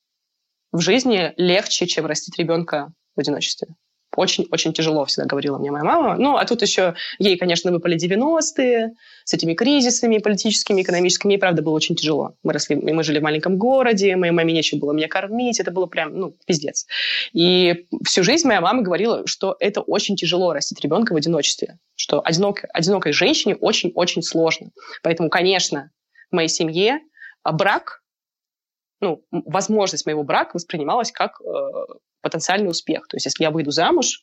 в жизни легче, чем растить ребенка в одиночестве. Очень-очень тяжело, всегда говорила мне моя мама. Ну, а тут еще ей, конечно, выпали девяностые с этими кризисами политическими, экономическими. И, правда, было очень тяжело. Мы росли, мы жили в маленьком городе, моей маме нечем было меня кормить. Это было прям, ну, пиздец. И всю жизнь моя мама говорила, что это очень тяжело растить ребенка в одиночестве. Что одинок, одинокой женщине очень-очень сложно. Поэтому, конечно, в моей семье брак, ну, возможность моего брака воспринималась как... Э, потенциальный успех. То есть, если я выйду замуж,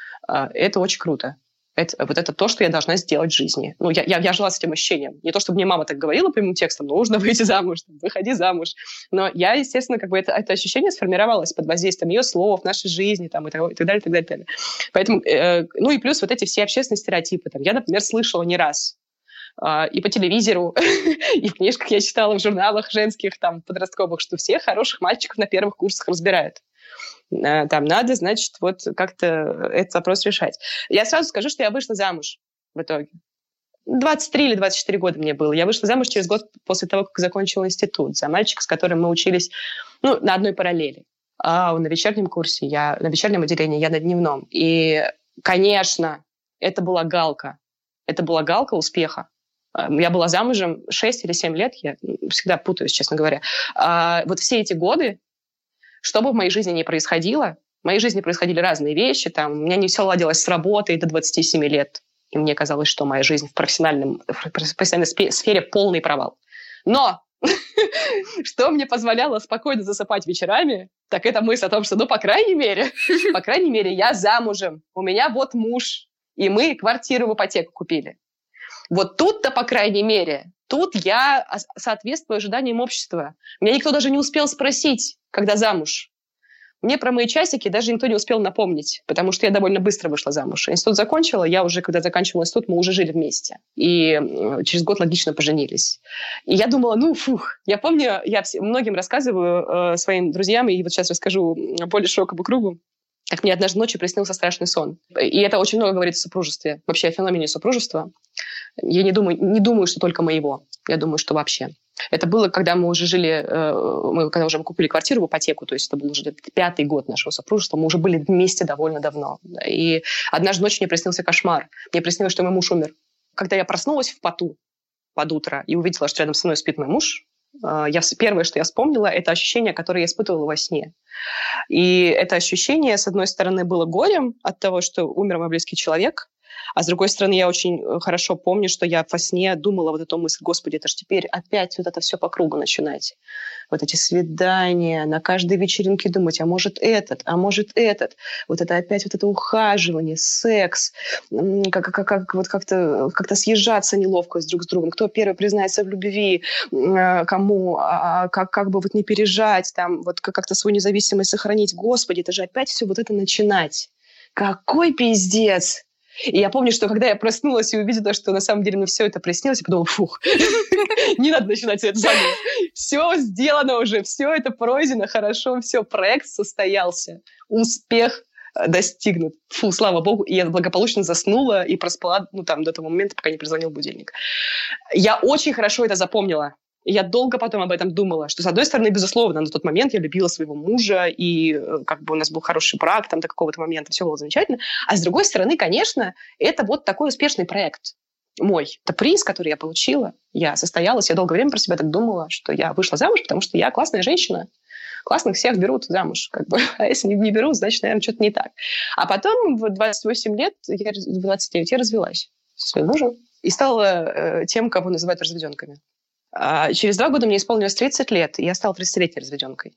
это очень круто. Это, вот это то, что я должна сделать в жизни. Ну, я, я, я жила с этим ощущением. Не то, чтобы мне мама так говорила прямым текстом, нужно выйти замуж, выходи замуж. Но я, естественно, как бы это, это ощущение сформировалось под воздействием ее слов, нашей жизни там, и, так, и так далее, и так далее, и так далее. Поэтому, э, ну и плюс вот эти все общественные стереотипы. Там, я, например, слышала не раз э, и по телевизору, и в книжках я читала, в журналах женских, там, подростковых, что всех хороших мальчиков на первых курсах разбирают. Там надо, значит, вот как-то этот вопрос решать. Я сразу скажу, что я вышла замуж в итоге. двадцать три или двадцать четыре года мне было. Я вышла замуж через год после того, как закончила институт. За мальчика, с которым мы учились, ну, на одной параллели. А на вечернем курсе, я на вечернем отделении, я на дневном. И, конечно, это была галка. Это была галка успеха. Я была замужем шесть или семь лет, я всегда путаюсь, честно говоря. А вот все эти годы, что бы в моей жизни ни происходило, в моей жизни происходили разные вещи. Там, у меня не все ладилось с работой до двадцати семи лет. И мне казалось, что моя жизнь в, профессиональном, в профессиональной сфере полный провал. Но что мне позволяло спокойно засыпать вечерами, так это мысль о том, что, ну, по крайней мере, по крайней мере, я замужем. У меня вот муж, и мы квартиру в ипотеку купили. Вот тут-то, по крайней мере, тут я соответствую ожиданиям общества. Меня никто даже не успел спросить, когда замуж. Мне про мои часики даже никто не успел напомнить, потому что я довольно быстро вышла замуж. Институт закончила, я уже, когда заканчивала институт, мы уже жили вместе. И через год логично поженились. И я думала, ну, фух. Я помню, я многим рассказываю э, своим друзьям, и вот сейчас расскажу более широкому кругу, как мне однажды ночью приснился страшный сон. И это очень много говорит о супружестве, вообще о феномене супружества. Я не думаю, не думаю, что только моего. Я думаю, что вообще. Это было, когда мы уже жили, мы, когда уже мы купили квартиру в ипотеку, то есть это был уже пятый год нашего супружества, мы уже были вместе довольно давно. И однажды ночью мне приснился кошмар. Мне приснилось, что мой муж умер. Когда я проснулась в поту под утро и увидела, что рядом со мной спит мой муж, я, первое, что я вспомнила, это ощущение, которое я испытывала во сне. И это ощущение, с одной стороны, было горем от того, что умер мой близкий человек, а с другой стороны, я очень хорошо помню, что я во сне думала вот эту мысль: Господи, это ж теперь опять вот это все по кругу начинать. Вот эти свидания, на каждой вечеринке думать, а может этот, а может этот. Вот это опять вот это ухаживание, секс, как, как, как, вот как-то, как-то съезжаться неловко друг с другом. Кто первый признается в любви, кому, а как, как бы вот не пережать, там, вот как-то свою независимость сохранить. Господи, это же опять все вот это начинать. Какой пиздец! И я помню, что когда я проснулась и увидела, что на самом деле мне все это приснилось, я подумала, фух, не надо начинать это заново. Все сделано уже, все это пройдено, хорошо, все, проект состоялся, успех достигнут. Фу, слава богу. И я благополучно заснула и проспала, ну, там, до того момента, пока не прозвонил будильник. Я очень хорошо это запомнила. И я долго потом об этом думала, что, с одной стороны, безусловно, на тот момент я любила своего мужа, и как бы у нас был хороший брак там до какого-то момента, все было замечательно. А с другой стороны, конечно, это вот такой успешный проект мой. Это приз, который я получила. Я состоялась, я долгое время про себя так думала, что я вышла замуж, потому что я классная женщина. Классных всех берут замуж, как бы. А если не берут, значит, наверное, что-то не так. А потом в двадцать восемь лет, я, в двадцать девять, я развелась со своим мужем и стала э, тем, кого называют разведенками. А через два года мне исполнилось тридцать лет, и я стала тридцатилетней разведенкой.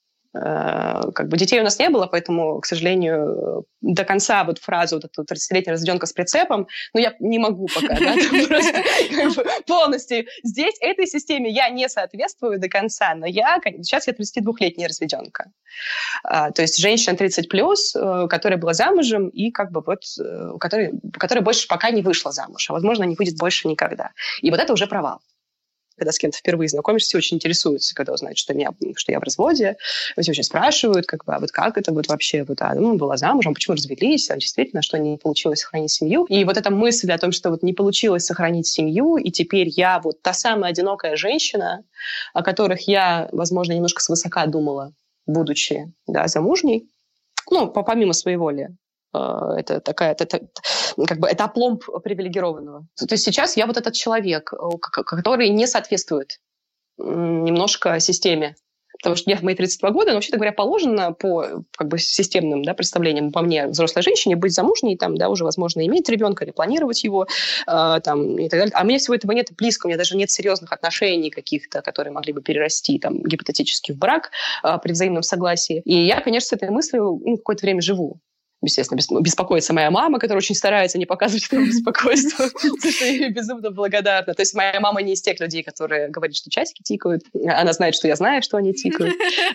Как бы детей у нас не было, поэтому, к сожалению, до конца вот фразу вот эту тридцатилетняя разведенка с прицепом, ну, я не могу пока, да, просто как бы полностью. Здесь этой системе я не соответствую до конца, но я, сейчас я тридцатидвухлетняя разведенка. То есть женщина тридцать плюс, которая была замужем и как бы вот, которая, которая больше пока не вышла замуж, а, возможно, не выйдет больше никогда. И вот это уже провал. Когда с кем-то впервые знакомишься, все очень интересуются, когда узнают, что, меня, что я в разводе. Все очень спрашивают, как бы, а вот как это вот вообще, вот, а, ну, была замужем, почему развелись, а действительно, что не получилось сохранить семью. И вот эта мысль о том, что вот не получилось сохранить семью, и теперь я вот та самая одинокая женщина, о которых я, возможно, немножко свысока думала, будучи, да, замужней, ну, помимо своей воли. Это такая, это, это, как бы, это опломб привилегированного. То есть сейчас я вот этот человек, который не соответствует немножко системе. Потому что мне в мои тридцать два года, ну, вообще-то говоря, положено по как бы, системным, да, представлениям по мне, взрослой женщине, быть замужней, там, да, уже, возможно, иметь ребенка или планировать его, э, там, и так далее. А у меня всего этого нет близко, у меня даже нет серьезных отношений каких-то, которые могли бы перерасти там, гипотетически в брак э, при взаимном согласии. И я, конечно, с этой мыслью ну, какое-то время живу. Естественно, беспокоится моя мама, которая очень старается не показывать этого беспокойства, за что я ей безумно благодарна. То есть моя мама не из тех людей, которые говорят, что часики тикают. Она знает, что я знаю, что они тикают.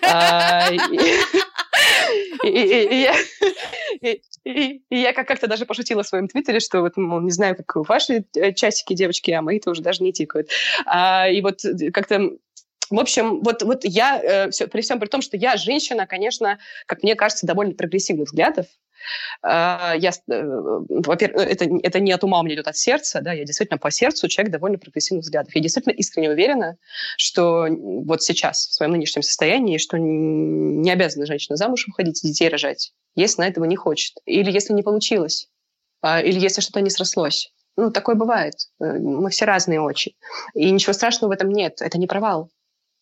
И я как-то даже пошутила в своем твиттере, что вот, мол, не знаю, как ваши часики, девочки, а мои-то уже даже не тикают. И вот как-то... В общем, вот, вот я, э, все, при всем при том, что я женщина, конечно, как мне кажется, довольно прогрессивных взглядов. Э, я, э, во-первых, это, это не от ума у меня идет, от сердца. Да, я действительно по сердцу человек довольно прогрессивных взглядов. Я действительно искренне уверена, что вот сейчас, в своем нынешнем состоянии, что не обязана женщина замуж выходить и детей рожать, если она этого не хочет. Или если не получилось. Э, или если что-то не срослось. Ну, такое бывает. Мы все разные очень. И ничего страшного в этом нет. Это не провал.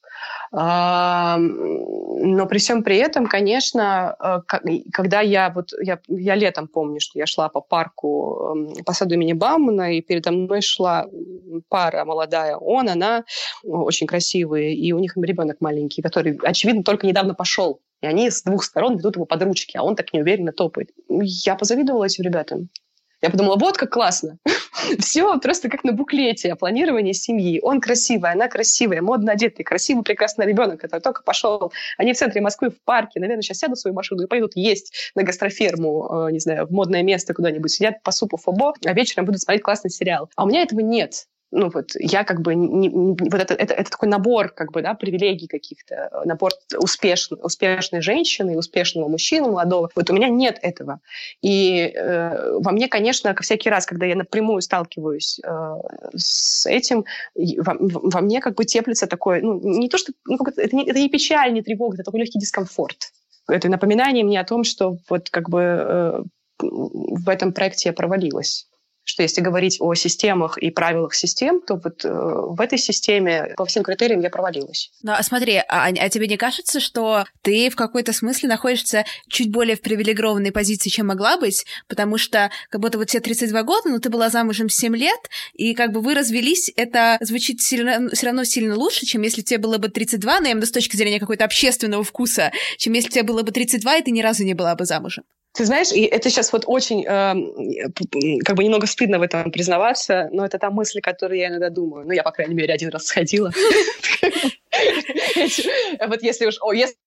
Но при всем при этом, конечно, когда я, вот, я, я летом помню, что я шла по парку, по саду имени Баумана, и передо мной шла пара молодая, он, она, очень красивые, и у них ребенок маленький, который, очевидно, только недавно пошел. И они с двух сторон ведут его под ручки, а он так неуверенно топает. Я позавидовала этим ребятам. Я подумала, вот как классно. Все просто как на буклете о планировании семьи. Он красивый, она красивая, модно одетый, красивый, прекрасный ребенок, который только пошел. Они в центре Москвы, в парке, наверное, сейчас сядут в свою машину и пойдут есть на гастроферму, не знаю, в модное место куда-нибудь, сидят по супу фобо, а вечером будут смотреть классный сериал. А у меня этого нет. Ну вот я как бы не, не, вот это, это, это такой набор как бы да привилегий каких-то, набор успешной успешной женщины и успешного мужчины молодого. Вот у меня нет этого. И э, во мне, конечно, всякий раз, когда я напрямую сталкиваюсь э, с этим, во, во мне как бы теплится такое, ну не то что, ну, это, не, это не печаль, не тревога, это такой легкий дискомфорт. Это напоминание мне о том, что вот как бы э, в этом проекте я провалилась. Что если говорить о системах и правилах систем, то вот э, в этой системе по всем критериям я провалилась. Ну, а смотри, а, а тебе не кажется, что ты в какой-то смысле находишься чуть более в привилегированной позиции, чем могла быть? Потому что как будто вот тебе тридцать два года, но ты была замужем семь лет, и как бы вы развелись, это звучит сильно, все равно сильно лучше, чем если тебе было бы тридцать два, но я имею в виду с точки зрения какого-то общественного вкуса, чем если тебе было бы тридцать два, и ты ни разу не была бы замужем. Ты знаешь, и это сейчас вот очень, э, как бы немного стыдно в этом признаваться, но это та мысль, которую я иногда думаю. Ну, я, по крайней мере, один раз сходила. Вот если уж, если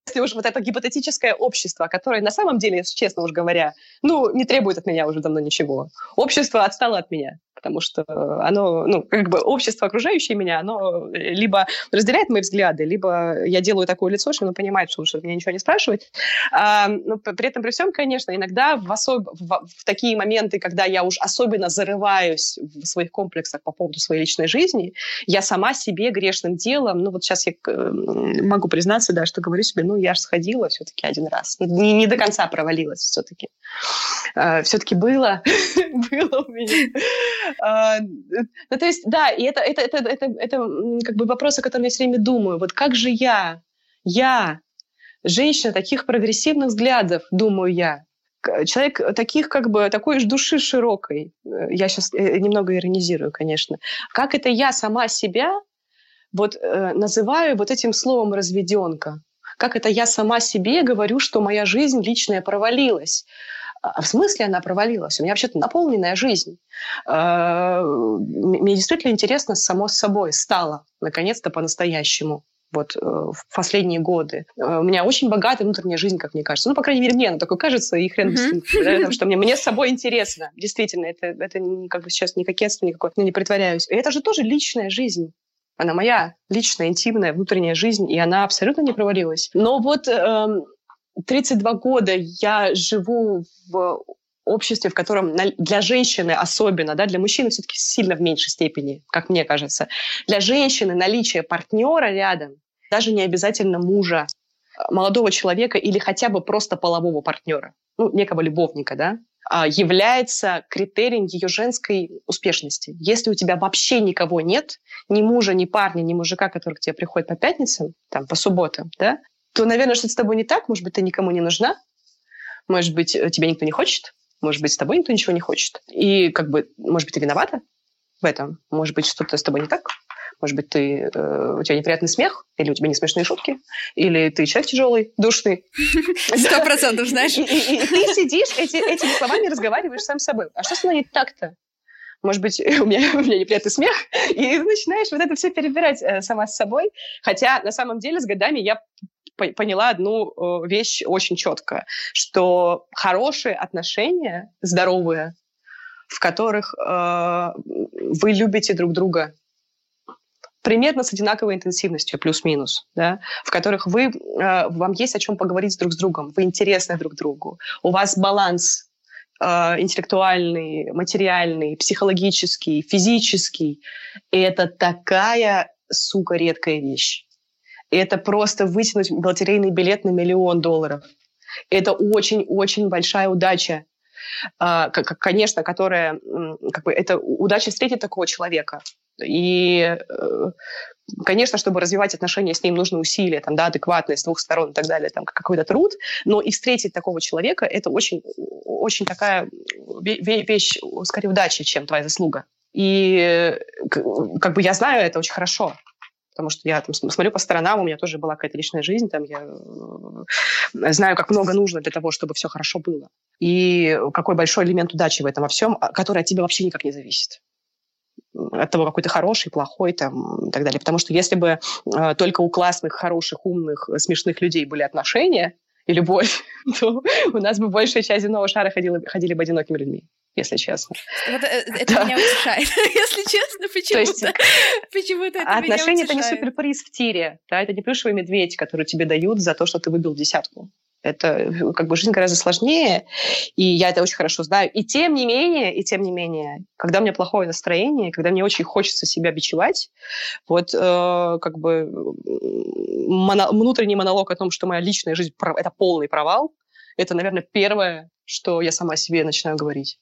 если уж вот это гипотетическое общество, которое на самом деле, если честно уж говоря, ну, не требует от меня уже давно ничего. Общество отстало от меня, потому что оно, ну, как бы общество, окружающее меня, оно либо разделяет мои взгляды, либо я делаю такое лицо, что оно понимает, что лучше от меня ничего не спрашивать. А, но при этом, при всем, конечно, иногда в, особ... в, в такие моменты, когда я уж особенно зарываюсь в своих комплексах по поводу своей личной жизни, я сама себе грешным делом, ну, вот сейчас я могу признаться, да, что говорю себе, ну, я же сходила все-таки один раз. Не, не до конца провалилась все-таки. Uh, все-таки было, было у меня. Uh, ну, то есть, да, и это, это, это, это, это как бы вопрос, о котором я все время думаю. Вот как же я, я, женщина таких прогрессивных взглядов, думаю я, человек таких, как бы, такой же души широкой, я сейчас немного иронизирую, конечно, как это я сама себя вот э, называю вот этим словом «разведенка», как это я сама себе говорю, что моя жизнь личная провалилась. А в смысле она провалилась? У меня вообще-то наполненная жизнь. Мне действительно интересно само с собой стало, наконец-то, по-настоящему. Вот в последние годы. У меня очень богатая внутренняя жизнь, как мне кажется. Ну, по крайней мере, мне она такой кажется, и хрен с ним, потому что мне, мне с собой интересно. Действительно, это, это как бы сейчас не кокетство никакое, я не притворяюсь. И это же тоже личная жизнь. Она моя личная, интимная, внутренняя жизнь, и она абсолютно не провалилась. Но вот эм, тридцать два года я живу в обществе, в котором для женщины особенно, да, для мужчины все-таки сильно в меньшей степени, как мне кажется, для женщины наличие партнера рядом, даже не обязательно мужа, молодого человека или хотя бы просто полового партнера, ну, некого любовника, да, является критерием ее женской успешности. Если у тебя вообще никого нет, ни мужа, ни парня, ни мужика, который к тебе приходит по пятницам, там, по субботам, да, то, наверное, что-то с тобой не так. Может быть, ты никому не нужна. Может быть, тебя никто не хочет. Может быть, с тобой никто ничего не хочет. И, как бы, может быть, ты виновата в этом. Может быть, что-то с тобой не так. Может быть, ты, э, у тебя неприятный смех, или у тебя не смешные шутки, или ты человек тяжелый, душный. Сто процентов, знаешь. И ты сидишь, этими словами разговариваешь сам с собой. А что с мной не так-то? Может быть, у меня, у меня неприятный смех, и начинаешь вот это все перебирать э, сама с собой. Хотя, на самом деле, с годами я по- поняла одну э, вещь очень четко, что хорошие отношения, здоровые, в которых э, вы любите друг друга, примерно с одинаковой интенсивностью, плюс-минус, да, в которых вы, э, вам есть о чем поговорить друг с другом, вы интересны друг другу, у вас баланс э, интеллектуальный, материальный, психологический, физический. И это такая, сука, редкая вещь. И это просто вытянуть лотерейный билет на миллион долларов. Это очень-очень большая удача. Uh, конечно, которая, как бы, это удача встретить такого человека. И, uh, конечно, чтобы развивать отношения с ним, нужны усилия, там, да, адекватные с двух сторон и так далее, там, какой-то труд. Но и встретить такого человека – это очень, очень такая вещь, скорее, удача, чем твоя заслуга. И как бы я знаю это очень хорошо. Потому что я там смотрю по сторонам, у меня тоже была какая-то личная жизнь, там я знаю, как много нужно для того, чтобы все хорошо было. И какой большой элемент удачи в этом во всем, который от тебя вообще никак не зависит. От того, какой ты хороший, плохой там, и так далее. Потому что если бы э, только у классных, хороших, умных, смешных людей были отношения и любовь, то у нас бы большая часть земного шара ходила, ходили бы одинокими людьми. Если честно. Вот это да. Меня утешает, если честно, почему-то. Почему-то это отношения — это не утешает. суперприз в тире, да? Это не плюшевый медведь, который тебе дают за то, что ты выбил десятку. Это как бы жизнь гораздо сложнее, и я это очень хорошо знаю. И тем не менее, и тем не менее, когда у меня плохое настроение, когда мне очень хочется себя бичевать, вот э, как бы моно, внутренний монолог о том, что моя личная жизнь – это полный провал, это, наверное, первое, что я сама себе начинаю говорить.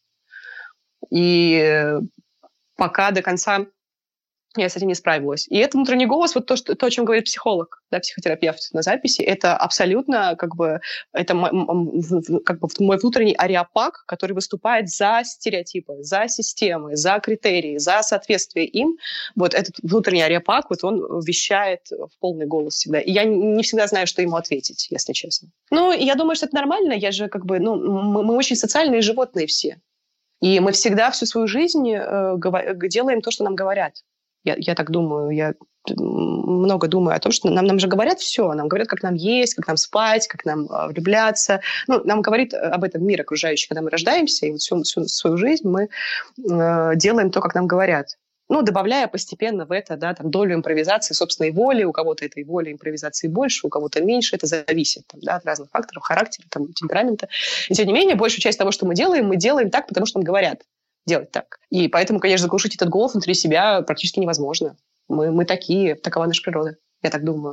И пока до конца я с этим не справилась. И это внутренний голос, вот то, что, то, о чем говорит психолог, да, психотерапевт на записи, это абсолютно как бы, это как бы мой внутренний ареопаг, который выступает за стереотипы, за системы, за критерии, за соответствие им. Вот этот внутренний ареопаг, вот он вещает в полный голос всегда. И я не всегда знаю, что ему ответить, если честно. Ну, я думаю, что это нормально. Я же как бы, ну, мы, мы очень социальные животные все. И мы всегда всю свою жизнь э, делаем то, что нам говорят. Я, я так думаю, я много думаю о том, что нам, нам же говорят все. Нам говорят, как нам есть, как нам спать, как нам э, влюбляться. Ну, нам говорит об этом мир окружающий, когда мы рождаемся, и вот всю, всю свою жизнь мы э, делаем то, как нам говорят. Ну, добавляя постепенно в это, да, там, долю импровизации собственной воли. У кого-то этой воли импровизации больше, у кого-то меньше. Это зависит там, да, от разных факторов, характера, там, темперамента. И тем не менее, большую часть того, что мы делаем, мы делаем так, потому что нам говорят делать так. И поэтому, конечно, заглушить этот голос внутри себя практически невозможно. Мы, мы такие, такова наша природа. Я так думаю.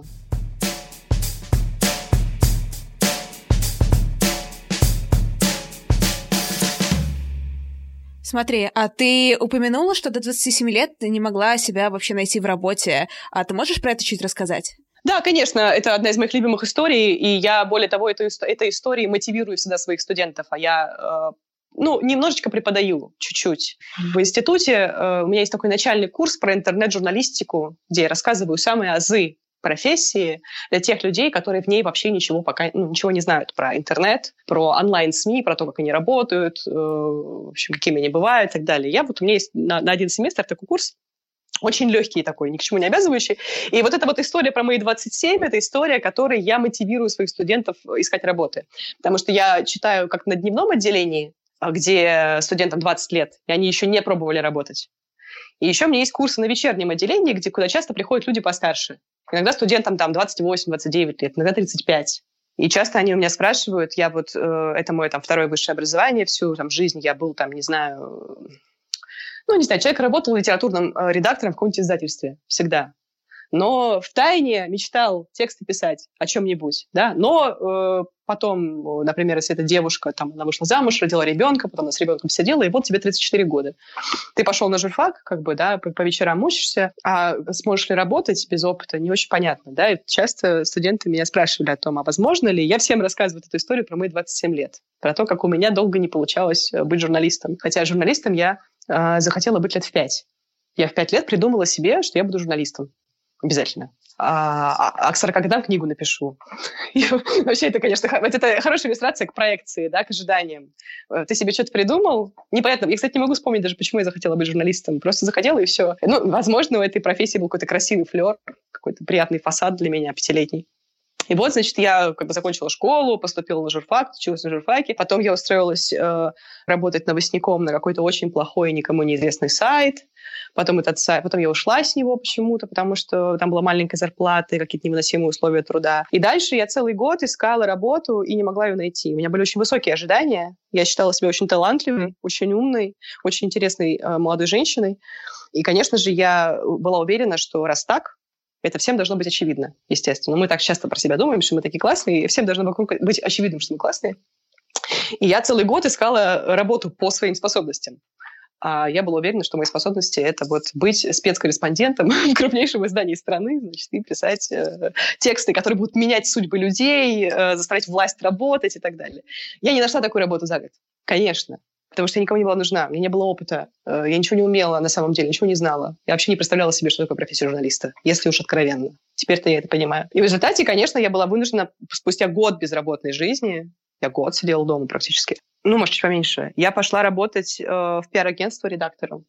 Смотри, а ты упомянула, что до двадцати семи лет ты не могла себя вообще найти в работе. А ты можешь про это чуть рассказать? Да, конечно, это одна из моих любимых историй, и я, более того, эту, этой историей мотивирую всегда своих студентов, а я, э, ну, немножечко преподаю, чуть-чуть. В институте э, у меня есть такой начальный курс про интернет-журналистику, где я рассказываю самые азы профессии для тех людей, которые в ней вообще ничего пока ну, ничего не знают про интернет, про онлайн-СМИ, про то, как они работают, э, в общем, какими они бывают и так далее. Я вот у меня есть на, на один семестр такой курс, очень легкий такой, ни к чему не обязывающий. И вот эта вот история про мои двадцать семь, это история, которой я мотивирую своих студентов искать работы. Потому что я читаю как на дневном отделении, где студентам двадцать лет, и они еще не пробовали работать. И еще у меня есть курсы на вечернем отделении, где куда часто приходят люди постарше. Иногда студентам там двадцать восемь - двадцать девять лет, иногда тридцать пять. И часто они у меня спрашивают, я вот, э, это мое там второе высшее образование, всю там жизнь я был там, не знаю, ну, не знаю, человек работал литературным э, редактором в каком-нибудь издательстве, всегда. Но втайне мечтал тексты писать о чем-нибудь, да, но э, потом, например, если эта девушка, там, она вышла замуж, родила ребенка, потом она с ребенком сидела, и вот тебе тридцать четыре года. Ты пошел на журфак, как бы, да, по, по вечерам учишься, а сможешь ли работать без опыта, не очень понятно, да, и часто студенты меня спрашивали о том, а возможно ли, я всем рассказываю эту историю про мои двадцать семь лет, про то, как у меня долго не получалось быть журналистом, хотя журналистом я э, захотела быть лет в пять. Я в пять лет придумала себе, что я буду журналистом. Обязательно. А, а к сорока годам книгу напишу. И вообще, это, конечно, это хорошая иллюстрация к проекции, да, к ожиданиям. Ты себе что-то придумал? Непонятно. Я, кстати, не могу вспомнить даже, почему я захотела быть журналистом. Просто захотела, и все. Ну, возможно, у этой профессии был какой-то красивый флер, какой-то приятный фасад для меня, пятилетний. И вот, значит, я как бы закончила школу, поступила на журфак, училась на журфаке. Потом я устроилась э, работать новостником на какой-то очень плохой, никому неизвестный сайт. Потом этот сайт, потом я ушла с него почему-то, потому что там была маленькая зарплата и какие-то невыносимые условия труда. И дальше я целый год искала работу и не могла ее найти. У меня были очень высокие ожидания. Я считала себя очень талантливой, очень умной, очень интересной э, молодой женщиной. И, конечно же, я была уверена, что раз так, это всем должно быть очевидно, естественно. Мы так часто про себя думаем, что мы такие классные, и всем должно вокруг быть очевидным, что мы классные. И я целый год искала работу по своим способностям. А я была уверена, что мои способности – это вот быть спецкорреспондентом в крупнейшем издании страны, значит, и писать э, тексты, которые будут менять судьбы людей, э, заставлять власть работать и так далее. Я не нашла такую работу за год, конечно, потому что я никому не была нужна, у меня не было опыта, э, я ничего не умела на самом деле, ничего не знала. Я вообще не представляла себе, что такое профессия журналиста, если уж откровенно. Теперь-то я это понимаю. И в результате, конечно, я была вынуждена спустя год безработной жизни, я год сидела дома практически, ну, может, чуть поменьше. Я пошла работать э, в пиар-агентство редактором.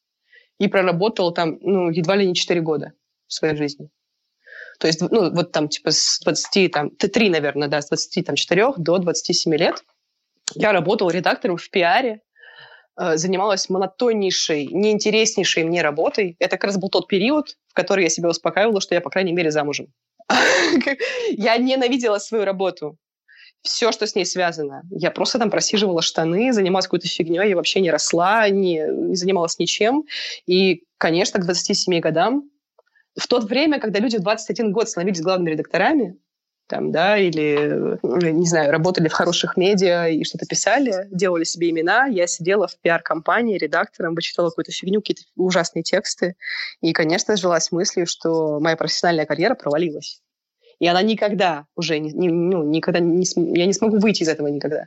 И проработала там, ну, едва ли не четыре года в своей жизни. То есть, ну, вот там, типа, с двадцати, там, три, наверное, да, с двадцати четырёх до двадцати семи лет я работала редактором в пиаре, э, занималась монотоннейшей, неинтереснейшей мне работой. Это как раз был тот период, в который я себя успокаивала, что я, по крайней мере, замужем. Я ненавидела свою работу. Все, что с ней связано. Я просто там просиживала штаны, занималась какой-то фигней, я вообще не росла, не, не занималась ничем. И, конечно, к двадцати семи годам, в то время, когда люди в двадцать один год становились главными редакторами, там, да, или, не знаю, работали в хороших медиа и что-то писали, делали себе имена, я сидела в пиар-компании редактором, вычитала какую-то фигню, какие-то ужасные тексты. И, конечно, жилась мыслью, что моя профессиональная карьера провалилась. И она никогда уже, не, не, ну, никогда не, я не смогу выйти из этого никогда.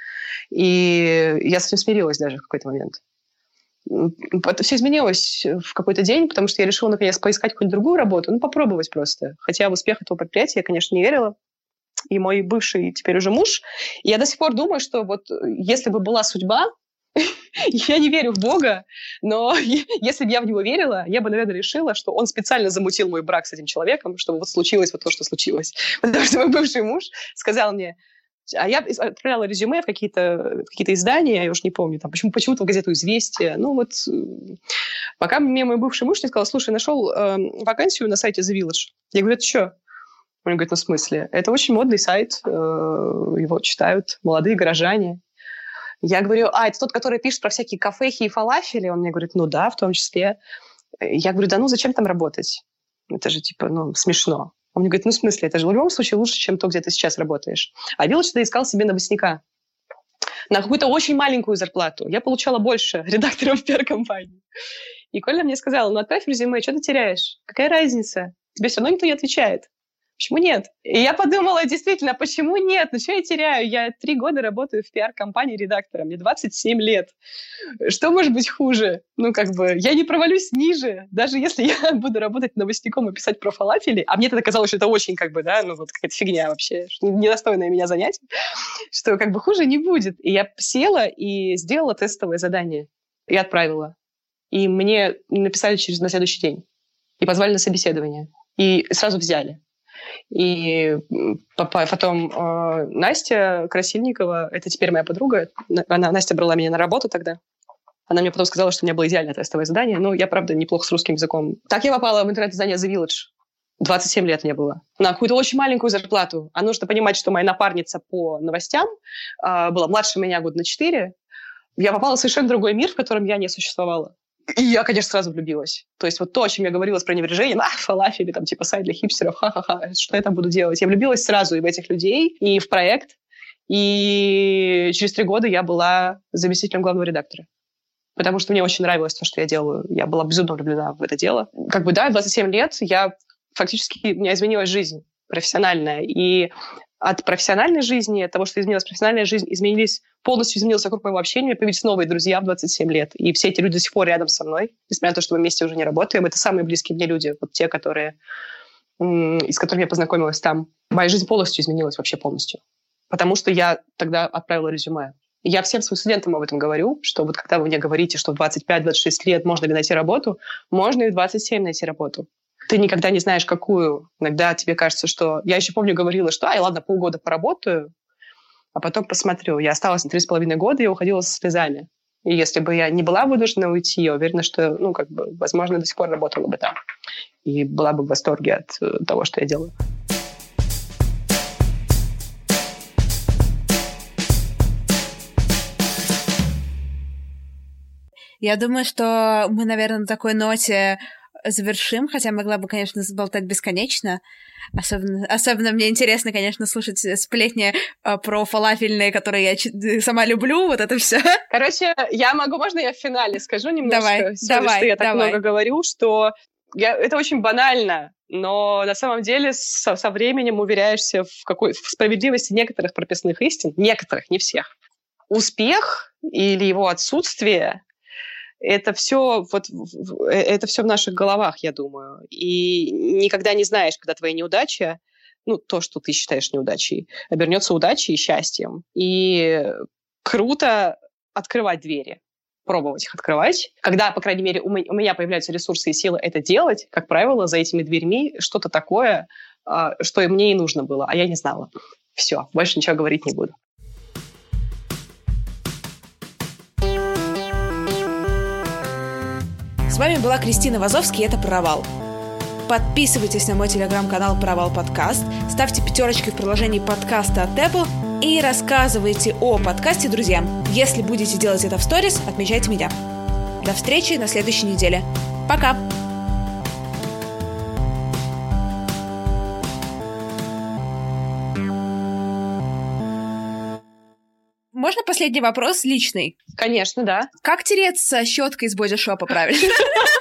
И я с этим смирилась даже в какой-то момент. Это все изменилось в какой-то день, потому что я решила, наконец, поискать какую-нибудь другую работу, ну, попробовать просто. Хотя в успех этого предприятия я, конечно, не верила. И мой бывший теперь уже муж. И я до сих пор думаю, что вот если бы была судьба, Я не верю в Бога, но если бы я в него верила, я бы, наверное, решила, что он специально замутил мой брак с этим человеком, чтобы вот случилось вот то, что случилось. Потому что мой бывший муж сказал мне... А я отправляла резюме в какие-то, в какие-то издания, я уж не помню, там, почему, почему-то в газету «Известия». Ну вот, пока мне мой бывший муж не сказал, слушай, нашел э, вакансию на сайте The Village. Я говорю, это что? Он говорит, ну в смысле? Это очень модный сайт, э, его читают молодые горожане. Я говорю, а, это тот, который пишет про всякие кафехи и фалафели? Он мне говорит, ну да, в том числе. Я говорю, да ну зачем там работать? Это же типа, ну, смешно. Он мне говорит, ну в смысле, это же в любом случае лучше, чем то, где ты сейчас работаешь. А Village ты искал себе новостника на какую-то очень маленькую зарплату. Я получала больше редактором в пиар-компании. И Коля мне сказал, ну отправь резюме, что ты теряешь? Какая разница? Тебе все равно никто не отвечает. Почему нет? И я подумала, действительно, почему нет? Ну, что я теряю? Я три года работаю в пиар-компании редактором. Мне двадцать семь лет. Что может быть хуже? Ну, как бы, я не провалюсь ниже. Даже если я буду работать новостником и писать про фалафели, а мне тогда казалось, что это очень, как бы, да, ну, вот какая-то фигня вообще, недостойное меня занятие, что, как бы, хуже не будет. И я села и сделала тестовое задание. И отправила. И мне написали через на следующий день. И позвали на собеседование. И сразу взяли. И потом э, Настя Красильникова, это теперь моя подруга, она, Настя брала меня на работу тогда. Она мне потом сказала, что у меня было идеальное тестовое задание, но я, правда, неплохо с русским языком. Так я попала в интернет-издание The Village. двадцать семь лет мне было. На какую-то очень маленькую зарплату. А нужно понимать, что моя напарница по новостям э, была младше меня год на четыре. Я попала в совершенно другой мир, в котором я не существовала. И я, конечно, сразу влюбилась. То есть вот то, о чем я говорила с пренебрежением, а, фалафели, там, типа, сайт для хипстеров, ха-ха-ха, что я там буду делать? Я влюбилась сразу и в этих людей, и в проект. И через три года я была заместителем главного редактора. Потому что мне очень нравилось то, что я делаю. Я была безумно влюблена в это дело. Как бы, да, в двадцать семь лет я фактически... У меня изменилась жизнь профессиональная. И от профессиональной жизни, от того, что изменилась профессиональная жизнь, изменились, полностью изменился вокруг моего общения, у меня появились новые друзья в двадцать семь лет, и все эти люди до сих пор рядом со мной, несмотря на то, что мы вместе уже не работаем. Это самые близкие мне люди, вот те, которые, и с которыми я познакомилась там. Моя жизнь полностью изменилась, вообще полностью. Потому что я тогда отправила резюме. И я всем своим студентам об этом говорю, что вот когда вы мне говорите, что в двадцать пять - двадцать шесть лет можно ли найти работу, можно и в двадцать семь найти работу. Ты никогда не знаешь, какую. Иногда тебе кажется, что... Я еще помню, говорила, что, ай, ладно, полгода поработаю, а потом посмотрю. Я осталась на три с половиной года и уходила со слезами. И если бы я не была вынуждена уйти, я уверена, что, ну, как бы, возможно, до сих пор работала бы там. И была бы в восторге от э, того, что я делаю. Я думаю, что мы, наверное, на такой ноте завершим, хотя могла бы, конечно, заболтать бесконечно. Особенно, особенно мне интересно, конечно, слушать сплетни э, про фалафельные, которые я ч- сама люблю, вот это все. Короче, я могу, можно я в финале скажу немножко? Давай, Sorry, давай, что я так давай. много говорю, что я, это очень банально, но на самом деле со, со временем уверяешься в, какой, в справедливости некоторых прописных истин, некоторых, не всех. Успех или его отсутствие — это все, вот, это все в наших головах, я думаю. И никогда не знаешь, когда твоя неудача, ну, то, что ты считаешь неудачей, обернется удачей и счастьем. И круто открывать двери, пробовать их открывать. Когда, по крайней мере, у меня появляются ресурсы и силы это делать, как правило, за этими дверьми что-то такое, что и мне и нужно было, а я не знала. Все, больше ничего говорить не буду. С вами была Кристина Вазовский, и это «Провал». Подписывайтесь на мой телеграм-канал «Провал подкаст», ставьте пятерочки в приложении подкаста от Apple и рассказывайте о подкасте друзьям. Если будете делать это в сторис, отмечайте меня. До встречи на следующей неделе. Пока! Можно последний вопрос личный? Конечно, да. Как тереться щеткой из бодишопа правильно?